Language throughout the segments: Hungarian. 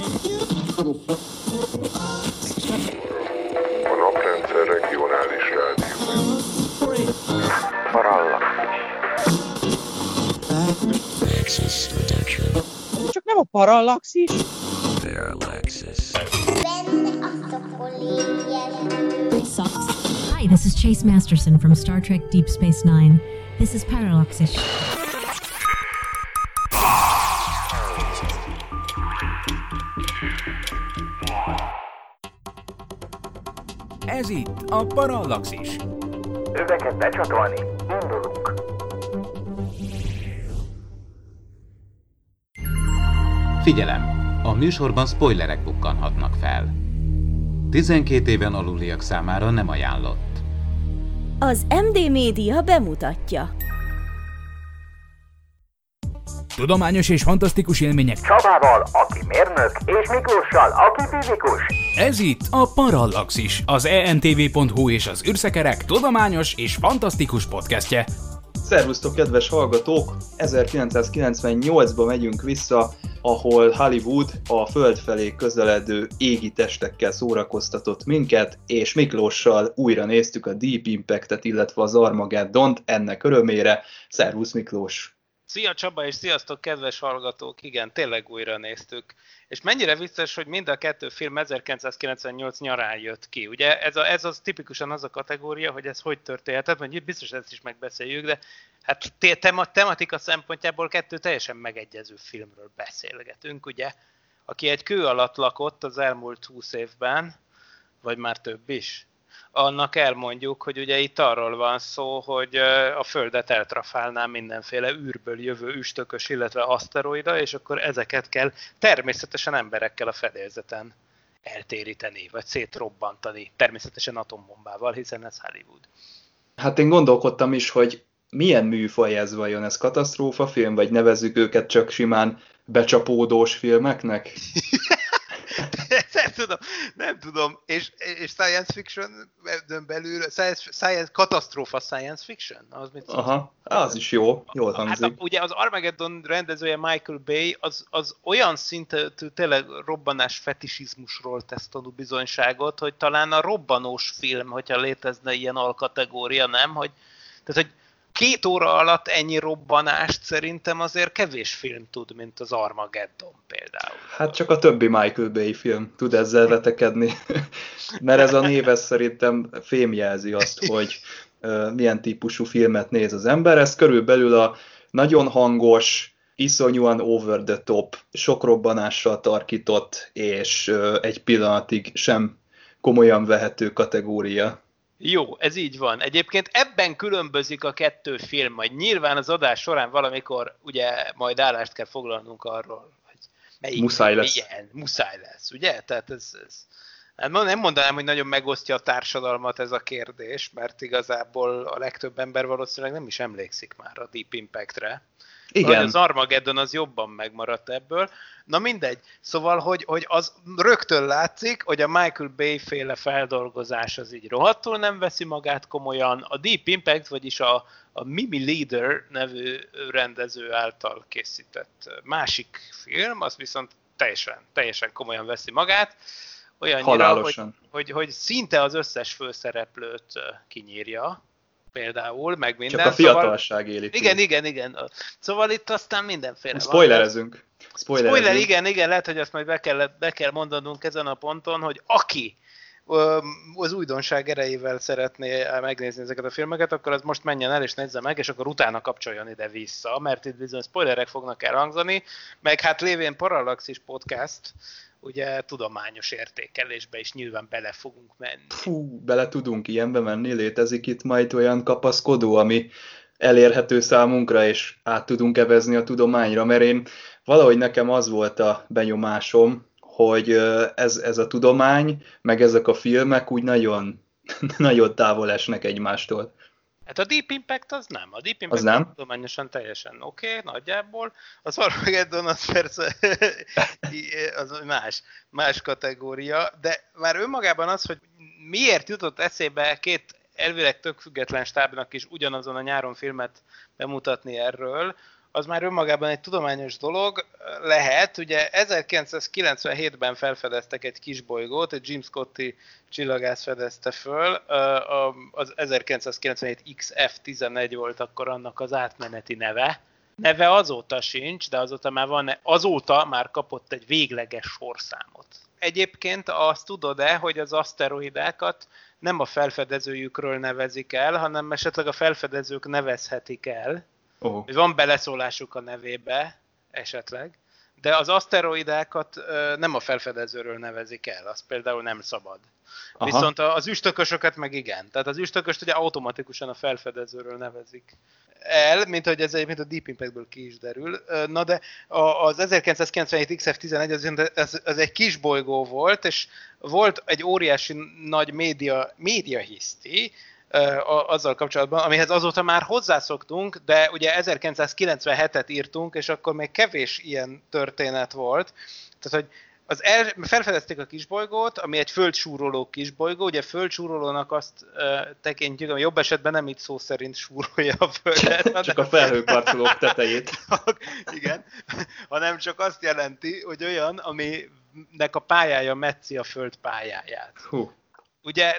A naprendszer regionális rádió. Csak nem a parallaxis. Hi, this is Chase Masterson from Star Trek Deep Space Nine. This is Parallaxis. Ez itt a Parallaxis. Öveket becsatolni, indulunk. Figyelem! A műsorban spoilerek bukkanhatnak fel. 12 éven aluliak számára nem ajánlott. Az MD Média bemutatja. Tudományos és fantasztikus élmények Csabával, aki mérnök, és Miklóssal, aki fizikus. Ez itt a Parallaxis, az entv.hu és az űrszekerek tudományos és fantasztikus podcastje. Szervusztok, kedves hallgatók! 1998-ba megyünk vissza, ahol Hollywood a föld felé közeledő égi testekkel szórakoztatott minket, és Miklóssal újra néztük a Deep Impact-et, illetve az Armageddont, ennek örömére. Szervusz, Miklós! Szia Csaba, és sziasztok, kedves hallgatók! Igen, tényleg újra néztük. És mennyire vicces, hogy mind a kettő film 1998 nyarán jött ki. Ugye ez az tipikusan az a kategória, hogy ez hogy történhetett, vagy biztos ezt is megbeszéljük, de hát tematika szempontjából kettő teljesen megegyező filmről beszélgetünk, ugye? Aki egy kő alatt lakott az elmúlt 20 évben, vagy már több is, annak elmondjuk, hogy ugye itt arról van szó, hogy a Földet eltrafálná mindenféle űrből jövő üstökös, illetve aszteroida, és akkor ezeket kell természetesen emberekkel a fedélzeten eltéríteni, vagy szétrobbantani, természetesen atombombával, hiszen ez Hollywood. Hát én gondolkodtam is, hogy milyen műfaj ez vajon, ez katasztrófafilm, vagy nevezzük őket csak simán becsapódós filmeknek? Nem tudom. És science fiction belül, katasztrófa science fiction? Az mit szól? Aha, az is jó, jól hangzik. Hát ugye az Armageddon rendezője Michael Bay, az olyan szintű tényleg robbanás fetisizmusról tesz tanúbizonyságot, hogy talán a robbanós film, hogyha létezne ilyen alkategória, nem? Tehát, hogy 2 óra alatt ennyi robbanást szerintem azért kevés film tud, mint az Armageddon például. Hát csak a többi Michael Bay film tud ezzel vetekedni, mert ez a név ez szerintem fémjelzi azt, hogy milyen típusú filmet néz az ember. Ez körülbelül a nagyon hangos, iszonyúan over the top, sok robbanással tarkított, és egy pillanatig sem komolyan vehető kategória. Jó, ez így van. Egyébként ebben különbözik a kettő film, majd nyilván az adás során valamikor ugye majd állást kell foglalnunk arról, hogy melyik muszáj lesz. Milyen, muszáj lesz, ugye? Tehát ez hát nem mondanám, hogy nagyon megosztja a társadalmat ez a kérdés, mert igazából a legtöbb ember valószínűleg nem is emlékszik már a Deep Impact-re. Igen. Az Armageddon az jobban megmaradt ebből. Na mindegy. Szóval, hogy az rögtön látszik, hogy a Michael Bay féle feldolgozás az így rohadtul nem veszi magát komolyan. A Deep Impact, vagyis a Mimi Leader nevű rendező által készített másik film, az viszont teljesen komolyan veszi magát. Olyannyira, hogy szinte az összes főszereplőt kinyírja. Például, meg minden. Csak a fiatalság éli. Igen. Szóval itt aztán mindenféle Spoilerezünk. Spoiler, igen, lehet, hogy azt majd be kell mondanunk ezen a ponton, hogy aki az újdonság erejével szeretné megnézni ezeket a filmeket, akkor az most menjen el és nézze meg, és akkor utána kapcsoljon ide vissza, mert itt bizony spoilerek fognak elhangzani, meg hát lévén Parallaxis podcast, ugye tudományos értékelésbe is nyilván bele fogunk menni. Bele tudunk ilyenbe menni, létezik itt majd olyan kapaszkodó, ami elérhető számunkra, és át tudunk evezni a tudományra, mert én valahogy nekem az volt a benyomásom, hogy ez a tudomány, meg ezek a filmek úgy nagyon, nagyon távol esnek egymástól. Hát a Deep Impact az nem. A Deep Impact az nem? Tudományosan teljesen oké, nagyjából. Az Armageddon az persze az más kategória, de már önmagában az, hogy miért jutott eszébe két elvileg tök független stábnak is ugyanazon a nyáron filmet bemutatni erről, az már önmagában egy tudományos dolog lehet. Ugye 1997-ben felfedeztek egy kisbolygót, egy Jim Scotty csillagász fedezte föl, az 1997 XF-11 volt akkor annak az átmeneti neve. Neve azóta sincs, de azóta már kapott egy végleges sorszámot. Egyébként azt tudod-e, hogy az aszteroidákat nem a felfedezőjükről nevezik el, hanem esetleg a felfedezők nevezhetik el. Van beleszólásuk a nevébe, esetleg, de az aszteroidákat nem a felfedezőről nevezik el, az például nem szabad. Aha. Viszont az üstökösöket meg igen. Tehát az üstököst ugye automatikusan a felfedezőről nevezik el, mint hogy ez egyébként a Deep Impact-ből ki is derül. Na de az 1997 XF-11 az egy kis bolygó volt, és volt egy óriási nagy média hiszti, azzal kapcsolatban, amihez azóta már hozzászoktunk, de ugye 1997-et írtunk, és akkor még kevés ilyen történet volt. Tehát, hogy felfedezték a kisbolygót, ami egy földsúroló kisbolygó, ugye földsúrolónak azt tekintjük, ami jobb esetben nem így szó szerint súrolja a Földet. Csak a felhőkarcolók tetejét. Igen, hanem csak azt jelenti, hogy olyan, aminek a pályája metszi a Föld pályáját. Ugye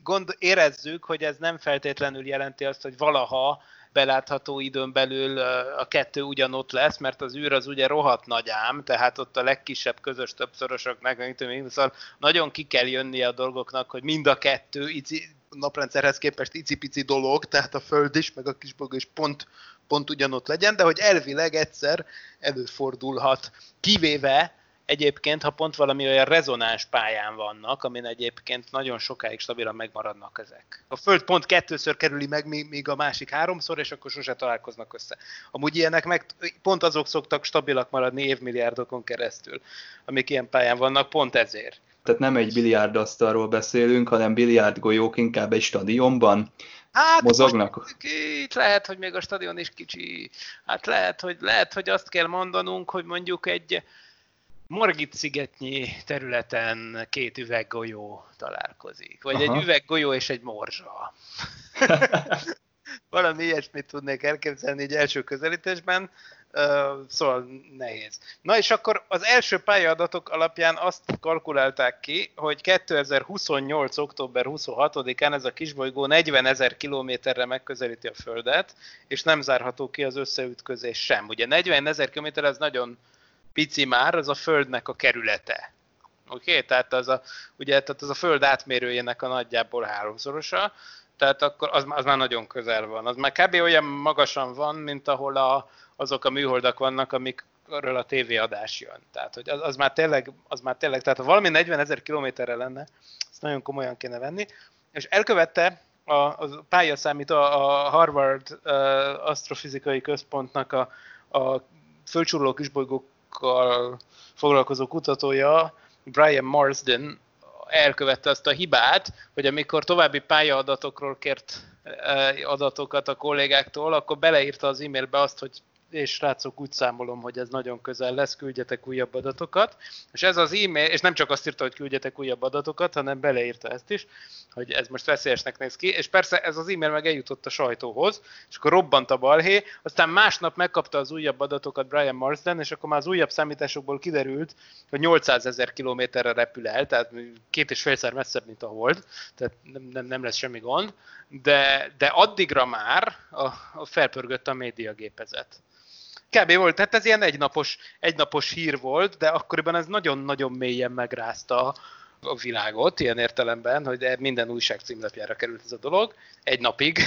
érezzük, hogy ez nem feltétlenül jelenti azt, hogy valaha belátható időn belül a kettő ugyanott lesz, mert az űr az ugye rohadt nagy ám, tehát ott a legkisebb közös többszörösöknek, szóval nagyon ki kell jönnie a dolgoknak, hogy mind a kettő naprendszerhez képest icipici dolog, tehát a Föld is, meg a kisbolygó is pont ugyanott legyen, de hogy elvileg egyszer előfordulhat, kivéve egyébként, ha pont valami olyan rezonáns pályán vannak, amin egyébként nagyon sokáig stabilan megmaradnak ezek. A Föld pont 2-ször kerüli meg, míg a másik 3-szor, és akkor sose találkoznak össze. Amúgy ilyenek meg pont azok szoktak stabilak maradni évmilliárdokon keresztül, amik ilyen pályán vannak, pont ezért. Tehát nem egy biliárdasztalról beszélünk, hanem biliárdgolyók inkább egy stadionban mozognak? Itt lehet, hogy még a stadion is kicsi. Hát lehet, hogy azt kell mondanunk, hogy mondjuk egy Margit-szigetnyi területen 2 üveggolyó találkozik. Vagy egy üveggolyó és egy morzsa. Valami ilyesmit tudnék elképzelni egy első közelítésben, szóval nehéz. Na és akkor az első pályaadatok alapján azt kalkulálták ki, hogy 2028. október 26-án ez a kisbolygó 40 000 kilométerre megközelíti a Földet, és nem zárható ki az összeütközés sem. Ugye 40 000 kilométer ez nagyon pici már, az a Földnek a kerülete. Oké? Tehát az a Föld átmérőjének a nagyjából 3-szorosa, tehát akkor az már nagyon közel van. Az már kb. Olyan magasan van, mint ahol azok a műholdak vannak, amikről a tévéadás jön. Tehát hogy az már tényleg, tehát ha valami 40 000 kilométerre lenne, ezt nagyon komolyan kéne venni, és elkövette a pályaszámító, a Harvard Asztrofizikai Központnak a földcsúroló kisbolygókkal foglalkozó kutatója, Brian Marsden elkövette azt a hibát, hogy amikor további pályaadatokról kért adatokat a kollégáktól, akkor beleírta az e-mailbe azt, hogy és srácok, úgy számolom, hogy ez nagyon közel lesz, küldjetek újabb adatokat. És ez az e-mail, és nem csak azt írta, hogy küldjetek újabb adatokat, hanem beleírta ezt is, hogy ez most veszélyesnek néz ki, és persze ez az e-mail meg eljutott a sajtóhoz, és akkor robbant a balhé, aztán másnap megkapta az újabb adatokat Brian Marsden, és akkor már az újabb számításokból kiderült, hogy 800 000 kilométerre repül el, tehát 2,5-szer messzebb, mint a Hold, tehát nem lesz semmi gond, de addigra már felpörgött a médiagépezet. Kb. Volt, tehát ez ilyen egynapos hír volt, de akkoriban ez nagyon-nagyon mélyen megrázta a világot, ilyen értelemben, hogy minden újság címlapjára került ez a dolog, egy napig,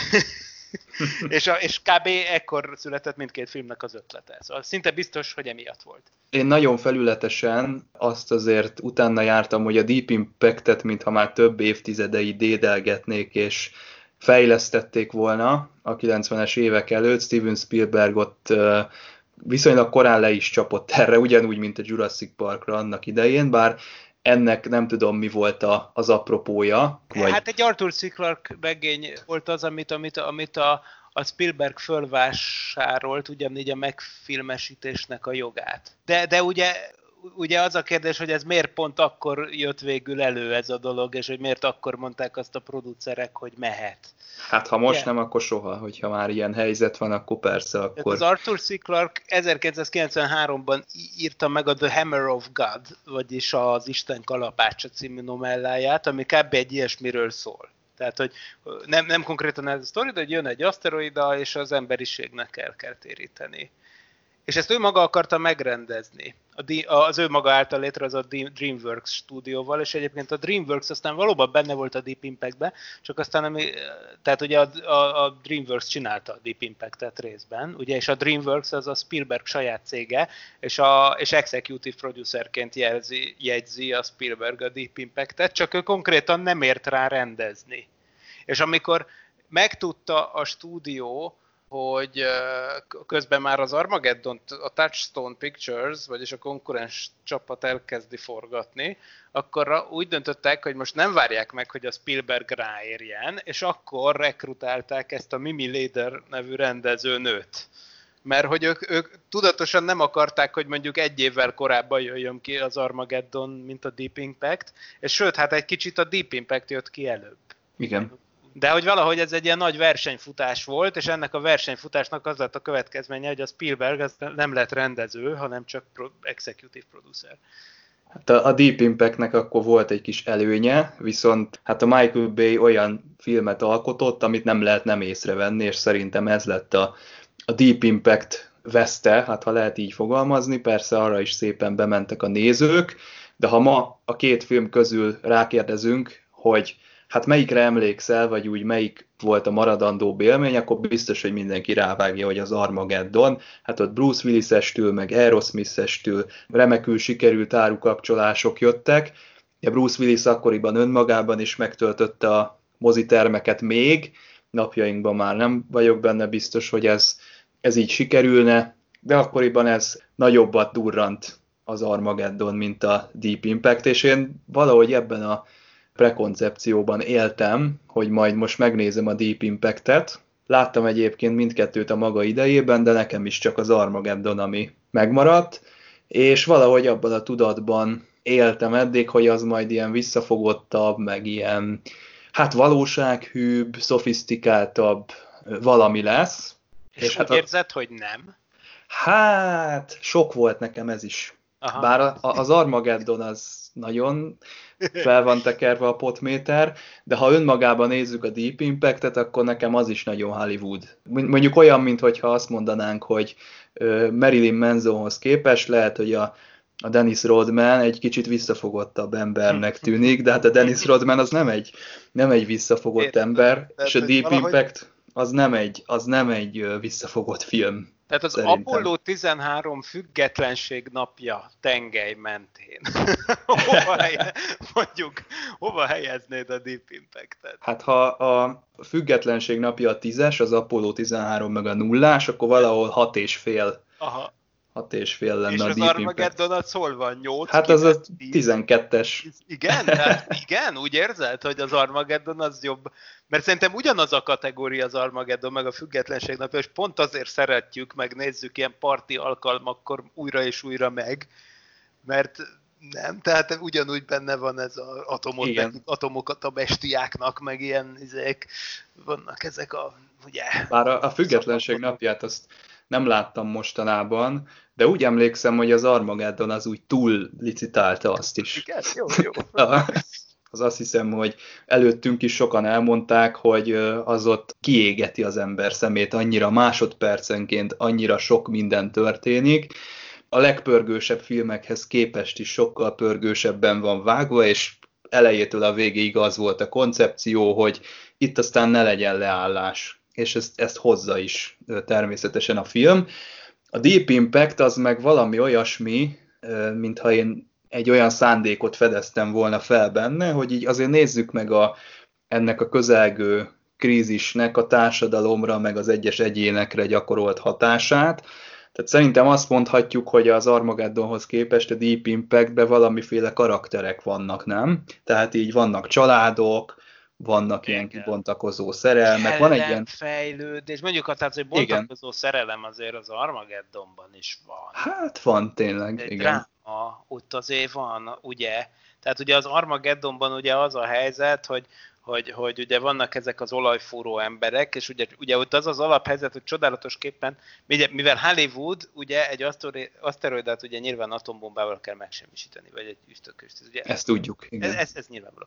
és kb. Ekkor született mindkét filmnek az ötlete. Szóval szinte biztos, hogy emiatt volt. Én nagyon felületesen azt azért utána jártam, hogy a Deep Impact-et, mintha már több évtizedei dédelgetnék, és fejlesztették volna a 90-es évek előtt. Steven Spielberg ott viszonylag korán le is csapott erre, ugyanúgy, mint a Jurassic Parkra annak idején, bár ennek nem tudom, mi volt az apropója. Vagy... Hát egy Arthur C. Clarke regény volt az, amit a Spielberg fölvásárolt ugyanígy a megfilmesítésnek a jogát. De ugye ugye az a kérdés, hogy ez miért pont akkor jött végül elő ez a dolog, és hogy miért akkor mondták azt a producerek, hogy mehet. Hát ha most nem, akkor soha, hogyha már ilyen helyzet van, akkor persze, akkor... Az Arthur C. Clarke 1993-ban írta meg a The Hammer of God, vagyis az Isten kalapácsa című novelláját, ami kb. Egy ilyesmiről szól. Tehát, hogy nem konkrétan ez a sztori, de hogy jön egy aszteroida, és az emberiségnek el kell téríteni. És ezt ő maga akarta megrendezni. Az ő maga által létrehozott DreamWorks stúdióval, és egyébként a DreamWorks aztán valóban benne volt a Deep Impact-be, csak aztán, tehát ugye a DreamWorks csinálta a Deep Impact-et részben, ugye, és a DreamWorks az a Spielberg saját cége, és executive producerként jegyzi a Spielberg a Deep Impact-et, csak ő konkrétan nem ért rá rendezni. És amikor megtudta a stúdió, hogy közben már az Armageddont a Touchstone Pictures, vagyis a konkurens csapat elkezdi forgatni, akkor úgy döntöttek, hogy most nem várják meg, hogy a Spielberg ráérjen, és akkor rekrutálták ezt a Mimi Leder nevű rendezőnőt. Mert hogy ők tudatosan nem akarták, hogy mondjuk egy évvel korábban jöjjön ki az Armageddon, mint a Deep Impact, és sőt, hát egy kicsit a Deep Impact jött ki előbb. Igen. De hogy valahogy ez egy ilyen nagy versenyfutás volt, és ennek a versenyfutásnak az lett a következménye, hogy a Spielberg az nem lett rendező, hanem csak executive producer. Hát a Deep Impact-nek akkor volt egy kis előnye, viszont hát a Michael Bay olyan filmet alkotott, amit nem lehet nem észrevenni, és szerintem ez lett a Deep Impact veszte, hát ha lehet így fogalmazni, persze arra is szépen bementek a nézők, de ha ma a két film közül rákérdezünk, hogy hát melyikre emlékszel, vagy úgy melyik volt a maradandó élmény, akkor biztos, hogy mindenki rávágja, hogy az Armageddon. Hát ott Bruce Willis-estől, meg Aerosmith-estől remekül sikerült árukapcsolások jöttek. Bruce Willis akkoriban önmagában is megtöltötte a mozitermeket még, napjainkban már nem vagyok benne biztos, hogy ez így sikerülne, de akkoriban ez nagyobbat durrant az Armageddon, mint a Deep Impact, és én valahogy ebben a prekoncepcióban éltem, hogy majd most megnézem a Deep Impact-et. Láttam egyébként mindkettőt a maga idejében, de nekem is csak az Armageddon, ami megmaradt, és valahogy abban a tudatban éltem eddig, hogy az majd ilyen visszafogottabb, meg ilyen, hát valósághűbb, szofisztikáltabb valami lesz. És hát érzed, hogy nem? Hát, sok volt nekem ez is. Aha. Bár az Armageddon az nagyon fel van tekerve a potméter, de ha önmagában nézzük a Deep Impact-et, akkor nekem az is nagyon Hollywood. Mondjuk olyan, mintha azt mondanánk, hogy Marilyn Mansonhoz képest lehet, hogy a Dennis Rodman egy kicsit visszafogottabb embernek tűnik, de hát a Dennis Rodman az nem egy visszafogott ember, és a Deep Impact az nem egy visszafogott film. Tehát az szerintem. Apollo 13 függetlenség napja tengely mentén. hova helyeznéd a Deep Impact-et? Hát ha a függetlenség napja a 10-es, az Apollo 13 meg a 0-ás, akkor valahol 6,5. Aha. 6,5 lenne és a Deep Impact. És az Armageddon az hol van? 8? Hát 9, az a 12-es. Igen? Tehát igen? Úgy érzed, hogy az Armageddon az jobb? Mert szerintem ugyanaz a kategória az Armageddon, meg a függetlenség napja, és pont azért szeretjük, meg nézzük ilyen parti alkalmakkor újra és újra meg, mert nem, tehát ugyanúgy benne van ez az atomokat a bestiáknak, meg ilyen vannak ezek a, ugye... Bár a függetlenség napját azt nem láttam mostanában, de úgy emlékszem, hogy az Armageddon az úgy túl licitálta azt is. Igen, jó. Az azt hiszem, hogy előttünk is sokan elmondták, hogy az ott kiégeti az ember szemét, annyira másodpercenként, annyira sok minden történik. A legpörgősebb filmekhez képest is sokkal pörgősebben van vágva, és elejétől a végéig az volt a koncepció, hogy itt aztán ne legyen leállás. És ezt hozza is természetesen a film. A Deep Impact az meg valami olyasmi, mintha én egy olyan szándékot fedeztem volna fel benne, hogy így azért nézzük meg ennek a közelgő krízisnek a társadalomra, meg az egyes egyénekre gyakorolt hatását. Tehát szerintem azt mondhatjuk, hogy az Armageddonhoz képest a Deep Impact-ben valamiféle karakterek vannak, nem? Tehát így vannak családok, vannak ilyen kibontakozó szerelmek, van egy ilyen fejlődés, mondjuk tehát, hogy bontakozó szerelem azért az Armageddonban is van. Hát van tényleg, egy igen. Dráma, ott azért van, ugye, tehát ugye az Armageddonban ugye az a helyzet, hogy ugye vannak ezek az olajfúró emberek, és ugye ott az alaphelyzet, hogy csodálatosképpen, mivel Hollywood ugye egy aszteroidát ugye nyilván atombombával kell megsemmisíteni, vagy egy üstököst. Ugye, ezt tudjuk, igen. Ez nyilvánvaló.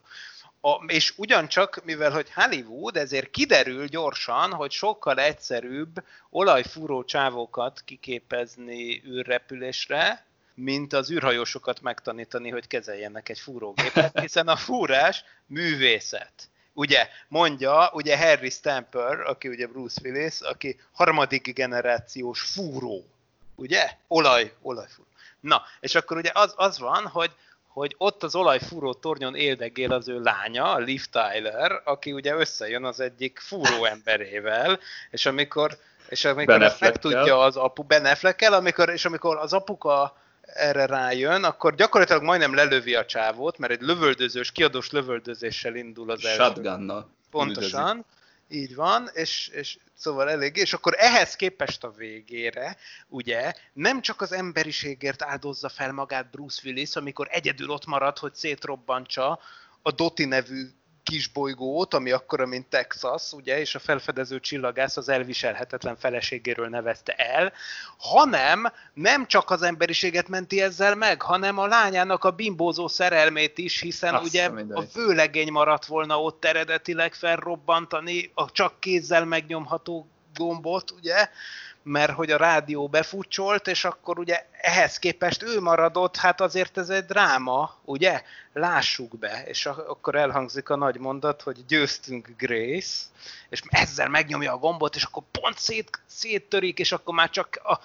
És ugyancsak, mivel hogy Hollywood, ezért kiderül gyorsan, hogy sokkal egyszerűbb olajfúró csávókat kiképezni űrrepülésre, mint az űrhajósokat megtanítani, hogy kezeljenek egy fúrógépet, hiszen a fúrás művészet. Ugye, mondja, ugye Harry Stamper, aki ugye Bruce Willis, aki harmadik generációs fúró, ugye? Olajfúró. Na, és akkor ugye az van, hogy ott az olajfúró tornyon éldegél az ő lánya, Liv Tyler, aki ugye összejön az egyik fúró emberével, és amikor ezt megtudja az apu Ben Affleckkel, amikor az apuka erre rájön, akkor gyakorlatilag majdnem lelövi a csávót, mert egy kiadós lövöldözéssel indul az első. Shotgunnal. Pontosan, üldözik. Így van, és szóval eléggé, és akkor ehhez képest a végére, ugye, nem csak az emberiségért áldozza fel magát Bruce Willis, amikor egyedül ott marad, hogy szétrobbantsa a Dottie nevű kisbolygót, ami akkora, mint Texas, ugye, és a felfedező csillagász az elviselhetetlen feleségéről nevezte el, hanem nem csak az emberiséget menti ezzel meg, hanem a lányának a bimbózó szerelmét is, hiszen ugye a vőlegény maradt volna ott eredetileg felrobbantani a csak kézzel megnyomható gombot, ugye, mert hogy a rádió befutcsolt, és akkor ugye ehhez képest ő maradott, hát azért ez egy dráma, ugye? Lássuk be, és akkor elhangzik a nagy mondat, hogy győztünk, Grace, és ezzel megnyomja a gombot, és akkor pont széttörik, és akkor már csak a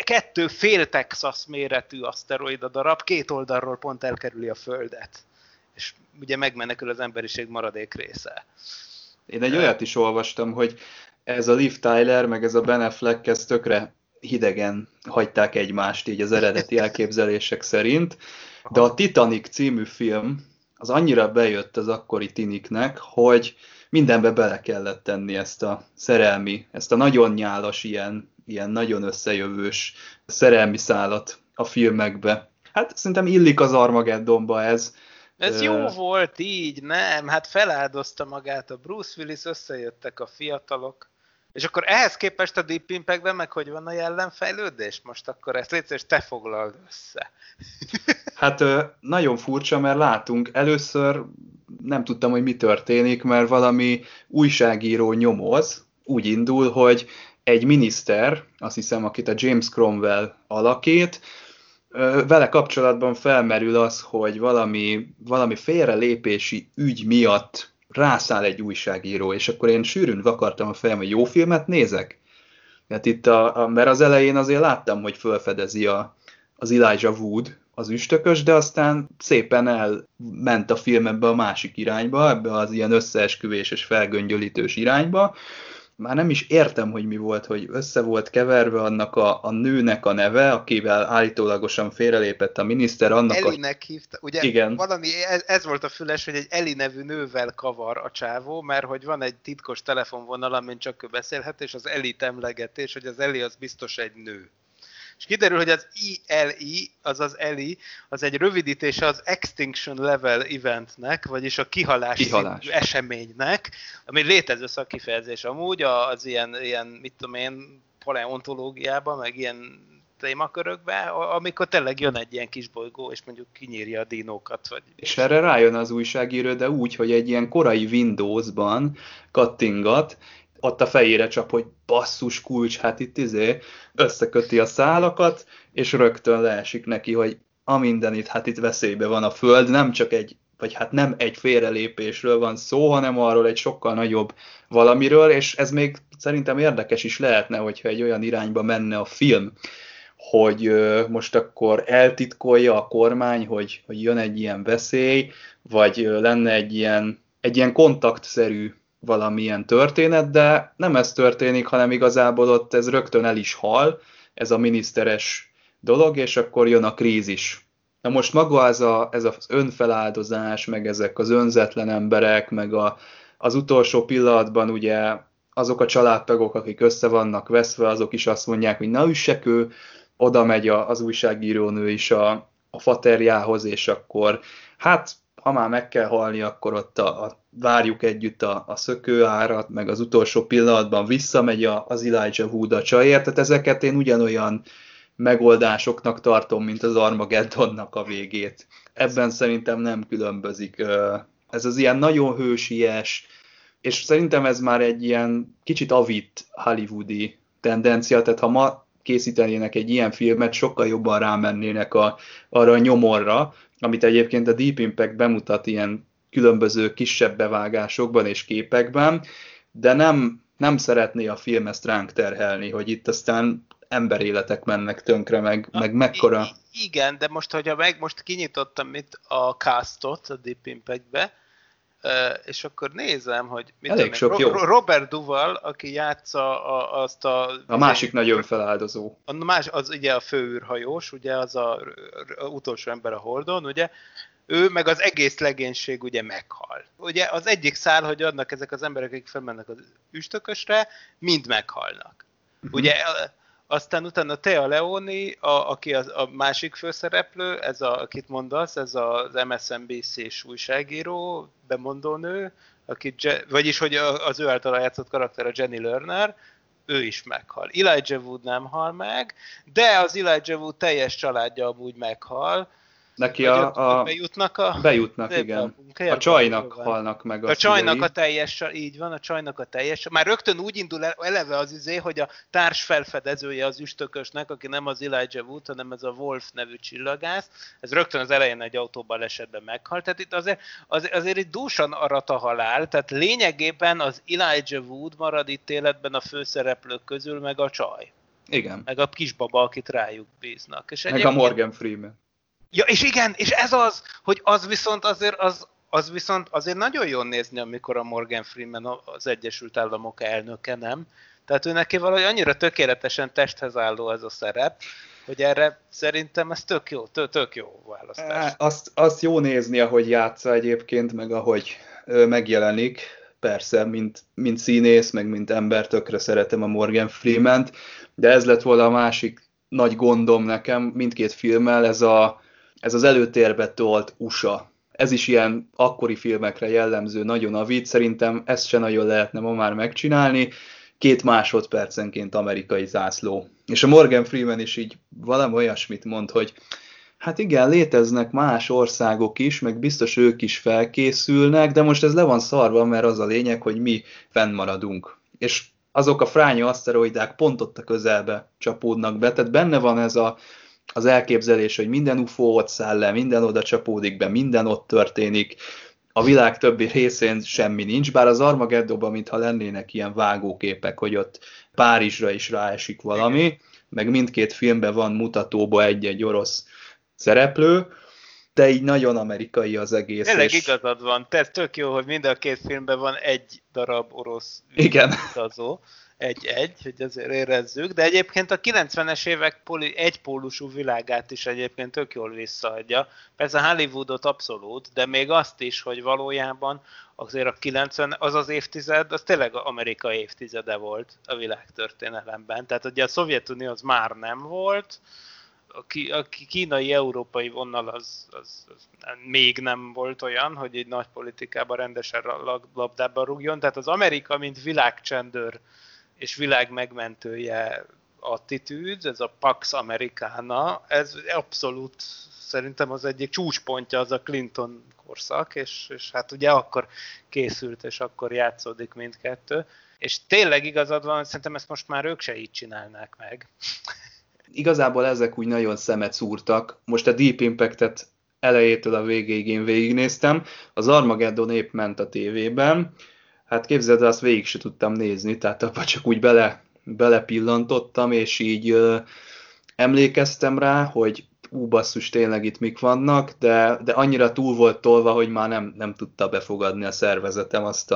2 fél Texas méretű aszteroida darab 2 oldalról pont elkerüli a Földet. És ugye megmenekül az emberiség maradék része. Én egy olyat is olvastam, hogy ez a Liv Tyler, meg ez a Ben Affleck, ez tökre hidegen hagyták egymást így az eredeti elképzelések szerint, de a Titanic című film az annyira bejött az akkori tiniknek, hogy mindenbe bele kellett tenni ezt a nagyon nyálas, ilyen nagyon összejövős szerelmi szálat a filmekbe. Hát szerintem illik az Armageddonba ez. Ez jó volt így, nem? Hát feláldozta magát a Bruce Willis, összejöttek a fiatalok. És akkor ehhez képest a Deep Impact-ben meg hogy van a jellemfejlődés? Most akkor ezt légy szíves, te foglald össze. Hát nagyon furcsa, mert látunk, először nem tudtam, hogy mi történik, mert valami újságíró nyomoz, úgy indul, hogy egy miniszter, azt hiszem, akit a James Cromwell alakít, vele kapcsolatban felmerül az, hogy valami félrelépési ügy miatt rászáll egy újságíró, és akkor én sűrűn vakartam a fejem, hogy jó filmet nézek. Hát itt mert az elején azért láttam, hogy felfedezi az Elijah Wood, az üstökös, de aztán szépen elment a film ebbe a másik irányba, ebbe az ilyen összeesküvéses, felgöngyölítős irányba. Már nem is értem, hogy mi volt, hogy össze volt keverve annak a nőnek a neve, akivel állítólagosan félrelépett a miniszter. Elinek hívta, ugye? Igen. Valami, ez volt a füles, hogy egy Eli nevű nővel kavar a csávó, mert hogy van egy titkos telefonvonal, amin csak ő beszélhet, és az Elit emlegetés, hogy az Eli az biztos egy nő. És kiderül, hogy az ELI, azaz Eli, az egy rövidítése az Extinction Level Eventnek, vagyis a kihalás. Eseménynek, ami létező szakkifejezés amúgy, az ilyen mit tudom én, paleontológiában, meg ilyen témakörökben, amikor tényleg jön egy ilyen kisbolygó, és mondjuk kinyírja a dinókat. És erre rájön az újságíró, de úgy, hogy egy ilyen korai Windowsban kattingat, ott a fejére csap, hogy basszus kulcs, hát itt összeköti a szálakat, és rögtön leesik neki, hogy a mindenit, hát itt veszélybe van a Föld, nem egy félrelépésről van szó, hanem arról egy sokkal nagyobb valamiről, és ez még szerintem érdekes is lehetne, hogyha egy olyan irányba menne a film, hogy most akkor eltitkolja a kormány, hogy jön egy ilyen veszély, vagy lenne egy ilyen kontaktszerű valamilyen történet, de nem ez történik, hanem igazából ott ez rögtön el is hal, ez a miniszteres dolog, és akkor jön a krízis. Na most maga ez az önfeláldozás, meg ezek az önzetlen emberek, meg az utolsó pillanatban ugye azok a családtagok, akik össze vannak veszve, azok is azt mondják, hogy na üssek, ő oda megy az újságírónő is a faterjához, és akkor hát ha már meg kell halni, akkor ott várjuk együtt a szökőárat, meg az utolsó pillanatban visszamegy az Elijah Wood a csajért, tehát ezeket én ugyanolyan megoldásoknak tartom, mint az Armageddonnak a végét. Ebben szerintem nem különbözik. Ez az ilyen nagyon hősies, és szerintem ez már egy ilyen kicsit avitt hollywoodi tendencia, tehát ha ma készítenének egy ilyen filmet, sokkal jobban rámennének arra a nyomorra, amit egyébként a Deep Impact bemutat ilyen különböző kisebb bevágásokban és képekben, de nem szeretné a film ezt ránk terhelni, hogy itt aztán emberéletek mennek tönkre, meg mekkora... Igen, de most, most kinyitottam itt a castot a Deep Impact-be, és akkor nézem, hogy elég sok jó. Robert Duvall, aki játsza azt a másik nagy önfeláldozó. Az ugye a főűrhajós, ugye az a utolsó ember a Holdon, ugye, ő meg az egész legénység ugye meghal. Ugye az egyik szál, hogy adnak ezek az emberek, akik felmennek az üstökösre, mind meghalnak. Ugye aztán utána Thea Leoni, aki a másik főszereplő, akit mondasz, ez az MSNBC-s újságíró, bemondónő, vagyis hogy az ő által játszott karakter a Jenny Lerner, ő is meghal. Elijah Wood nem hal meg, de az Elijah Wood teljes családja amúgy meghal. Neki bejutnak, igen. A csajnak halnak meg a csajnak a teljes, így van, a csajnak a teljes. Már rögtön úgy indul eleve az hogy a társ felfedezője az üstökösnek, aki nem az Elijah Wood, hanem ez a Wolf nevű csillagász, ez rögtön az elején egy autóbalesetben meghalt. Tehát itt azért itt dúsan arat a halál, tehát lényegében az Elijah Wood marad itt életben a főszereplők közül, meg a csaj. Igen. Meg a kisbaba, akit rájuk bíznak. És meg a Morgan Freeman. Ja, és igen, és ez az, hogy az viszont azért nagyon jól nézni, amikor a Morgan Freeman az Egyesült Államok elnöke, nem? Tehát ő neki valahogy annyira tökéletesen testhez álló ez a szerep, hogy erre szerintem ez tök jó választás. Azt jó nézni, ahogy játsza egyébként, meg ahogy megjelenik. Persze, mint színész, meg mint ember tökre szeretem a Morgan Freemant, de ez lett volna a másik nagy gondom nekem mindkét filmmel, ez az előtérbe tolt USA. Ez is ilyen akkori filmekre jellemző, nagyon avid, szerintem ezt se nagyon lehetne ma már megcsinálni. 2 másodpercenként amerikai zászló. És a Morgan Freeman is így valami olyasmit mond, hogy hát igen, léteznek más országok is, meg biztos ők is felkészülnek, de most ez le van szarva, mert az a lényeg, hogy mi fennmaradunk. És azok a fránya aszteroidák pont ott a közelbe csapódnak be, tehát benne van ez az elképzelés, hogy minden UFO ott száll le, minden oda csapódik be, minden ott történik, a világ többi részén semmi nincs, bár az Armageddonban mintha lennének ilyen vágóképek, hogy ott Párizsra is ráesik valami, meg mindkét filmben van mutatóba egy orosz szereplő, de így nagyon amerikai az egész. Tényleg igazad van, ez tök jó, hogy mind a két filmben van egy darab orosz utazó. Hogy azért érezzük, de egyébként a 90-es évek egypólusú világát is egyébként tök jól visszaadja. Persze Hollywoodot abszolút, de még azt is, hogy valójában azért a 90, az évtized, az tényleg Amerika évtizede volt a világtörténelemben. Tehát ugye a Szovjetunió az már nem volt, a kínai-európai vonal az még nem volt olyan, hogy egy nagy politikában rendesen labdába rúgjon. Tehát az Amerika, mint világcsendőr és világ megmentője attitűd, ez a Pax Americana, ez abszolút szerintem az egyik csúcspontja az a Clinton korszak, és hát ugye akkor készült, és akkor játszódik mindkettő. És tényleg igazad van, szerintem ezt most már ők se így csinálnák meg. Igazából ezek úgy nagyon szemet szúrtak. Most a Deep Impact-et elejétől a végéig én végignéztem. Az Armageddon épp ment a tévében. Hát képzeld, azt végig se tudtam nézni, tehát abban csak úgy belepillantottam, és így emlékeztem rá, hogy basszus, tényleg itt mik vannak, de annyira túl volt tolva, hogy már nem tudta befogadni a szervezetem azt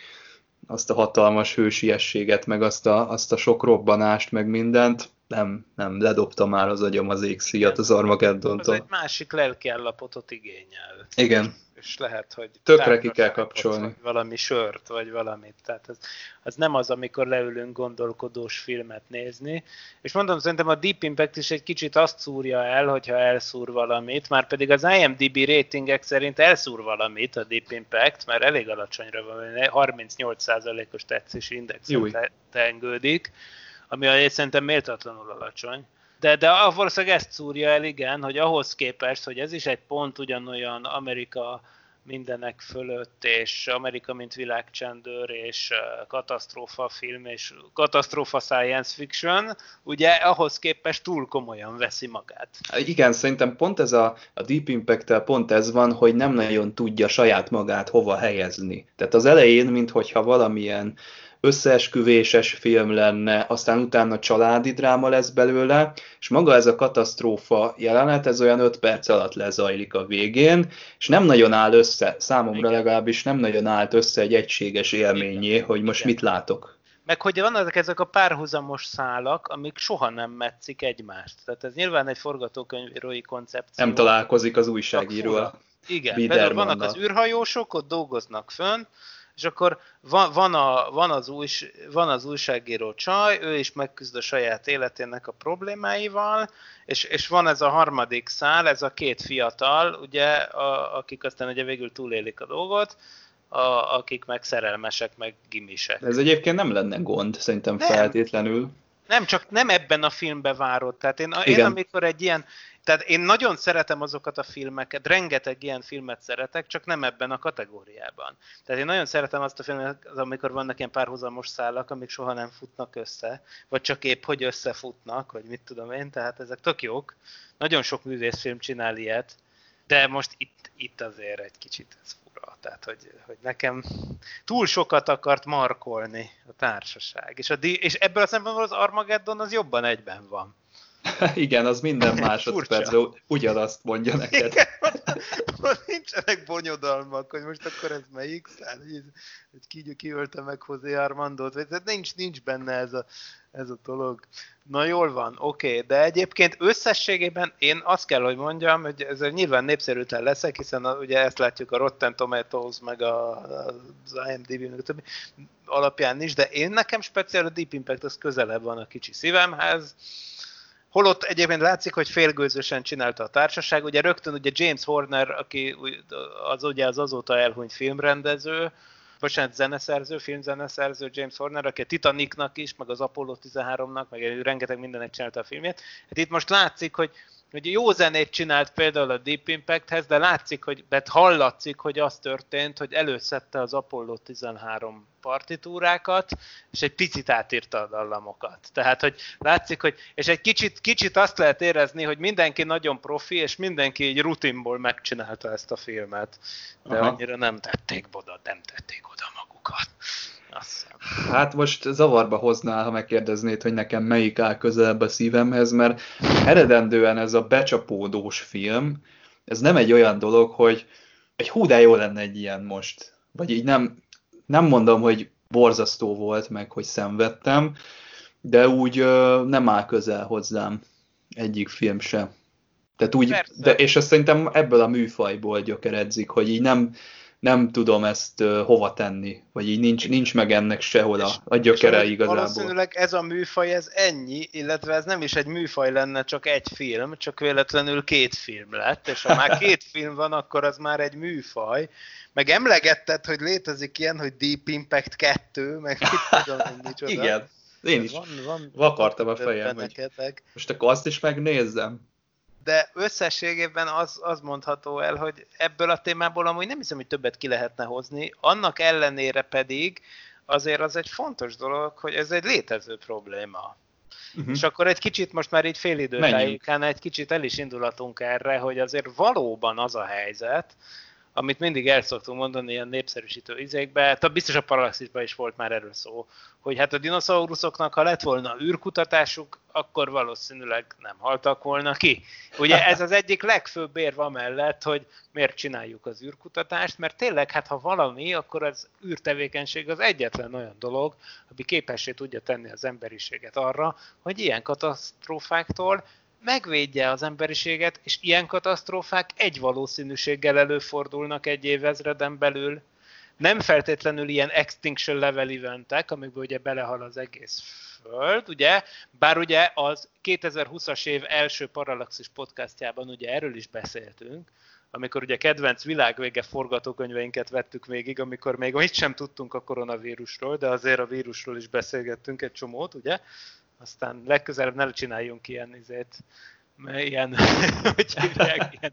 a hatalmas hősiességet, meg azt a sok robbanást, meg mindent. Nem, ledobta már az agyam az égszíjat az Armageddontól. Az egy másik lelkiállapotot igényel. Igen. és lehet, hogy tökre ki kell kapcsolni. Vagy valami sört, vagy valamit. Tehát az nem az, amikor leülünk gondolkodós filmet nézni. És mondom, szerintem a Deep Impact is egy kicsit azt szúrja el, hogyha elszúr valamit, már pedig az IMDb ratingek szerint elszúr valamit a Deep Impact, mert elég alacsonyra van, 38%-os tetszési indexen tengődik, ami szerintem méltatlanul alacsony. De valószínűleg ezt szúrja el, igen, hogy ahhoz képest, hogy ez is egy pont ugyanolyan Amerika mindenek fölött, és Amerika mint világcsendőr, és katasztrófa film, és katasztrófa science fiction, ugye ahhoz képest túl komolyan veszi magát. Igen, szerintem pont ez a Deep Impact-tel pont ez van, hogy nem nagyon tudja saját magát hova helyezni. Tehát az elején, minthogyha valamilyen összeesküvéses film lenne, aztán utána családi dráma lesz belőle, és maga ez a katasztrófa jelenet, ez olyan 5 perc alatt lezajlik a végén, és nem nagyon áll össze, számomra legalábbis nem nagyon állt össze egy egységes élményé, hogy most mit látok. Meg hogy vannak ezek a párhuzamos szálak, amik soha nem metszik egymást. Tehát ez nyilván egy forgatókönyvírói koncepció. Nem találkozik az újságíró. Igen, például vannak az űrhajósok, ott dolgoznak fönn, és akkor van az újságíró csaj, ő is megküzd a saját életének a problémáival, és van ez a harmadik szál, ez a 2 fiatal, ugye, akik aztán ugye végül túlélik a dolgot, akik meg szerelmesek, meg gimisek. Ez egyébként nem lenne gond, szerintem feltétlenül. Csak nem ebben a filmben várod. Tehát én amikor egy ilyen... Tehát én nagyon szeretem azokat a filmeket, rengeteg ilyen filmet szeretek, csak nem ebben a kategóriában. Tehát én nagyon szeretem azt a filmet, amikor vannak ilyen párhuzamos szálak, amik soha nem futnak össze, vagy csak épp hogy összefutnak, vagy mit tudom én, tehát ezek tök jók. Nagyon sok művészfilm csinál ilyet, de most itt azért egy kicsit ez fura. Tehát, hogy nekem túl sokat akart markolni a társaság. És ebből a szempontból az Armageddon az jobban egyben van. Igen, az minden másodpercben ugyanazt mondja neked. Igen, nincsenek bonyodalmak, hogy most akkor ez melyik szál, hogy ki ölte meg José Armandót, vagy nincs benne ez a dolog. Na jól van, oké, de egyébként összességében én azt kell, hogy mondjam, hogy ez nyilván népszerűtlen leszek, hiszen ugye ezt látjuk a Rotten Tomatoes, meg az IMDb, meg a többi alapján is, de nekem speciál a Deep Impact az közelebb van a kicsi szívemhez. Holott egyébként látszik, hogy félgőzösen csinálta a társaság. Ugye rögtön ugye James Horner, aki az azóta elhunyt filmrendező, filmzeneszerző James Horner, aki a Titanicnak is, meg az Apollo 13-nak, meg rengeteg mindennek csinálta a filmjét. Hát itt most látszik, hogy jó zenét csinált például a Deep Impacthez, de hallatszik, hogy az történt, hogy előszedte az Apollo 13 partitúrákat, és egy picit átírta a dallamokat. Tehát, hogy látszik, hogy, és egy kicsit azt lehet érezni, hogy mindenki nagyon profi, és mindenki egy rutinból megcsinálta ezt a filmet. De annyira nem tették oda magukat. Hát most zavarba hoznál, ha megkérdeznéd, hogy nekem melyik áll közelebb a szívemhez, mert eredendően ez a becsapódós film, ez nem egy olyan dolog, hogy hú, de jó lenne egy ilyen most. Vagy így nem mondom, hogy borzasztó volt, meg hogy szenvedtem, de úgy nem áll közel hozzám egyik film se. Tehát úgy, és azt szerintem ebből a műfajból gyökeredzik, hogy így nem tudom ezt hova tenni, vagy így nincs meg ennek sehol a gyökere igazából. Valószínűleg ez a műfaj, ez ennyi, illetve ez nem is egy műfaj lenne, csak egy film, csak véletlenül 2 film lett, és ha már 2 film van, akkor az már egy műfaj. Meg emlegetted, hogy létezik ilyen, hogy Deep Impact 2, meg mit tudom, micsoda. Igen, én is vakartam a fejem, hogy most akkor azt is megnézzem. De összességében az mondható el, hogy ebből a témából amúgy nem hiszem, hogy többet ki lehetne hozni, annak ellenére pedig azért az egy fontos dolog, hogy ez egy létező probléma. És akkor egy kicsit most már így félidő tájékán egy kicsit el is indulatunk erre, hogy azért valóban az a helyzet, amit mindig el szoktunk mondani ilyen népszerűsítő izékben, biztos a Parallaxisban is volt már erről szó, hogy hát a dinoszauruszoknak, ha lett volna űrkutatásuk, akkor valószínűleg nem haltak volna ki. Ugye ez az egyik legfőbb érv amellett, hogy miért csináljuk az űrkutatást, mert tényleg, hát ha valami, akkor az űrtevékenység az egyetlen olyan dolog, ami képessé tudja tenni az emberiséget arra, hogy ilyen katasztrófáktól megvédje az emberiséget, és ilyen katasztrófák egy valószínűséggel előfordulnak egy évezreden belül. Nem feltétlenül ilyen extinction level eventek, amikből ugye belehal az egész Föld, ugye? Bár ugye az 2020-as év első Parallaxis podcastjában ugye erről is beszéltünk, amikor ugye kedvenc világvége forgatókönyveinket vettük végig, amikor még mit sem tudtunk a koronavírusról, de azért a vírusról is beszélgettünk egy csomót, ugye? Aztán legközelebb ne csináljunk ilyen hogy hívják, ilyen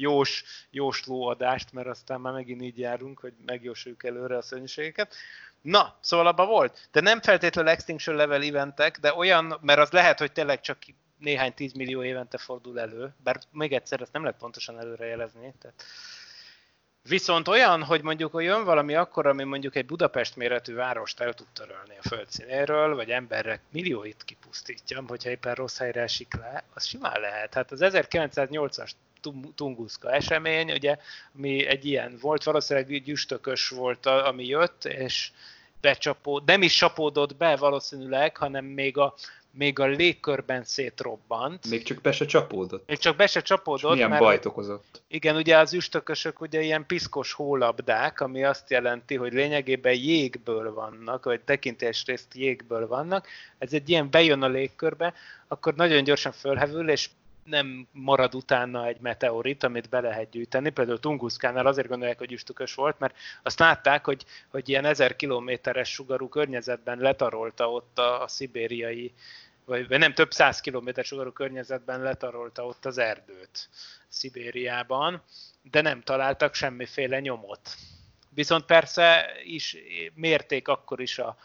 jóslóadást, mert aztán már megint így járunk, hogy megjósoljuk előre a szörnyűségeket. Na, szóval abban volt. De nem feltétlenül extinction level eventek, de olyan, mert az lehet, hogy tényleg csak néhány 10 millió évente fordul elő, bár még egyszer ezt nem lehet pontosan előrejelezni. Tehát. Viszont olyan, hogy mondjuk hogy jön valami akkor, ami mondjuk egy Budapest méretű várost el tud törölni a földszínéről, vagy emberek millióit kipusztítja, hogyha éppen rossz helyre esik le, az simán lehet. Hát az 1908-as Tunguszka esemény, ugye, ami egy ilyen volt, valószínűleg gyüstökös volt, ami jött, és nem is csapódott be valószínűleg, hanem még a légkörben szétrobbant. Még csak be se csapódott. Még csak be se csapódott. És milyen bajt okozott. Igen, ugye az üstökösök ugye ilyen piszkos hólabdák, ami azt jelenti, hogy lényegében jégből vannak, vagy tekintélyes részt jégből vannak. Ez egy ilyen bejön a légkörbe, akkor nagyon gyorsan fölhevül, és nem marad utána egy meteorit, amit be lehet gyűjteni. Például Tunguszkánál azért gondolják, hogy üstökös volt, mert azt látták, hogy ilyen 1000 kilométeres sugarú környezetben letarolta ott a szibériai, vagy nem több 100 kilométer sugarú környezetben letarolta ott az erdőt Szibériában, de nem találtak semmiféle nyomot. Viszont persze is mérték akkor is a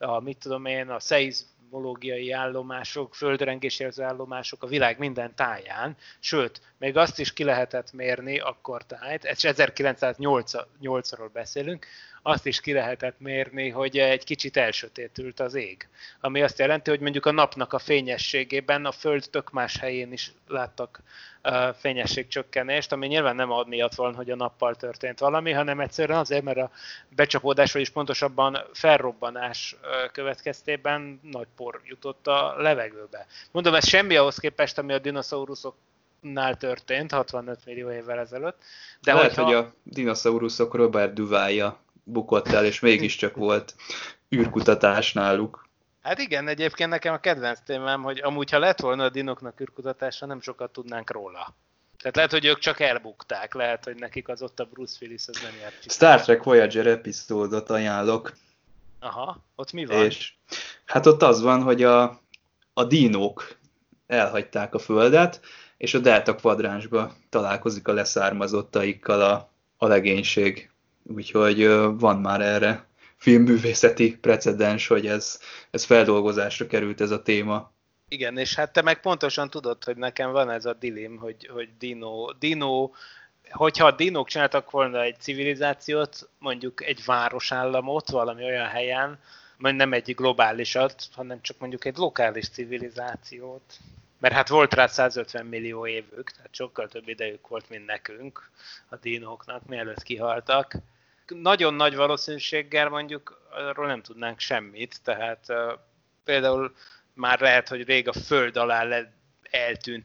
szeizmológiai állomások, földrengésjelző állomások a világ minden táján, sőt, még azt is ki lehetett mérni akkor tájt, ez 1908-ról beszélünk, azt is ki lehetett mérni, hogy egy kicsit elsötétült az ég. Ami azt jelenti, hogy mondjuk a napnak a fényességében a Föld tök más helyén is láttak fényességcsökkenést, ami nyilván nem miatt van, hogy a nappal történt valami, hanem egyszerűen azért, mert a becsapódásról is pontosabban felrobbanás következtében nagy por jutott a levegőbe. Mondom, ez semmi ahhoz képest, ami a dinoszauruszoknál történt 65 millió évvel ezelőtt. De lehet, hogy a dinoszauruszok Robert Duvall-ja bukott el, és mégiscsak volt űrkutatás náluk. Hát igen, egyébként nekem a kedvenc témám, hogy amúgy, ha lett volna a dinoknak űrkutatása, nem sokat tudnánk róla. Tehát lehet, hogy ők csak elbukták, lehet, hogy nekik az ott a Bruce Willis az nem járt. Star Trek Voyager epizódot ajánlok. Aha, ott mi van? És hát ott az van, hogy a dinók elhagyták a Földet, és a Delta kvadránsba találkozik a leszármazottaikkal a legénység. Úgyhogy van már erre filmművészeti precedens, hogy ez feldolgozásra került ez a téma. Igen, és hát te meg pontosan tudod, hogy nekem van ez a dilim, hogy dino, hogyha a dinók csináltak volna egy civilizációt, mondjuk egy városállamot valami olyan helyen, majd nem egy globálisat, hanem csak mondjuk egy lokális civilizációt. Mert hát volt rá 150 millió évük, tehát sokkal több idejük volt, mint nekünk, a dinóknak, mielőtt kihaltak. Nagyon nagy valószínűséggel mondjuk arról nem tudnánk semmit, tehát például már lehet, hogy rég a föld alá eltűnt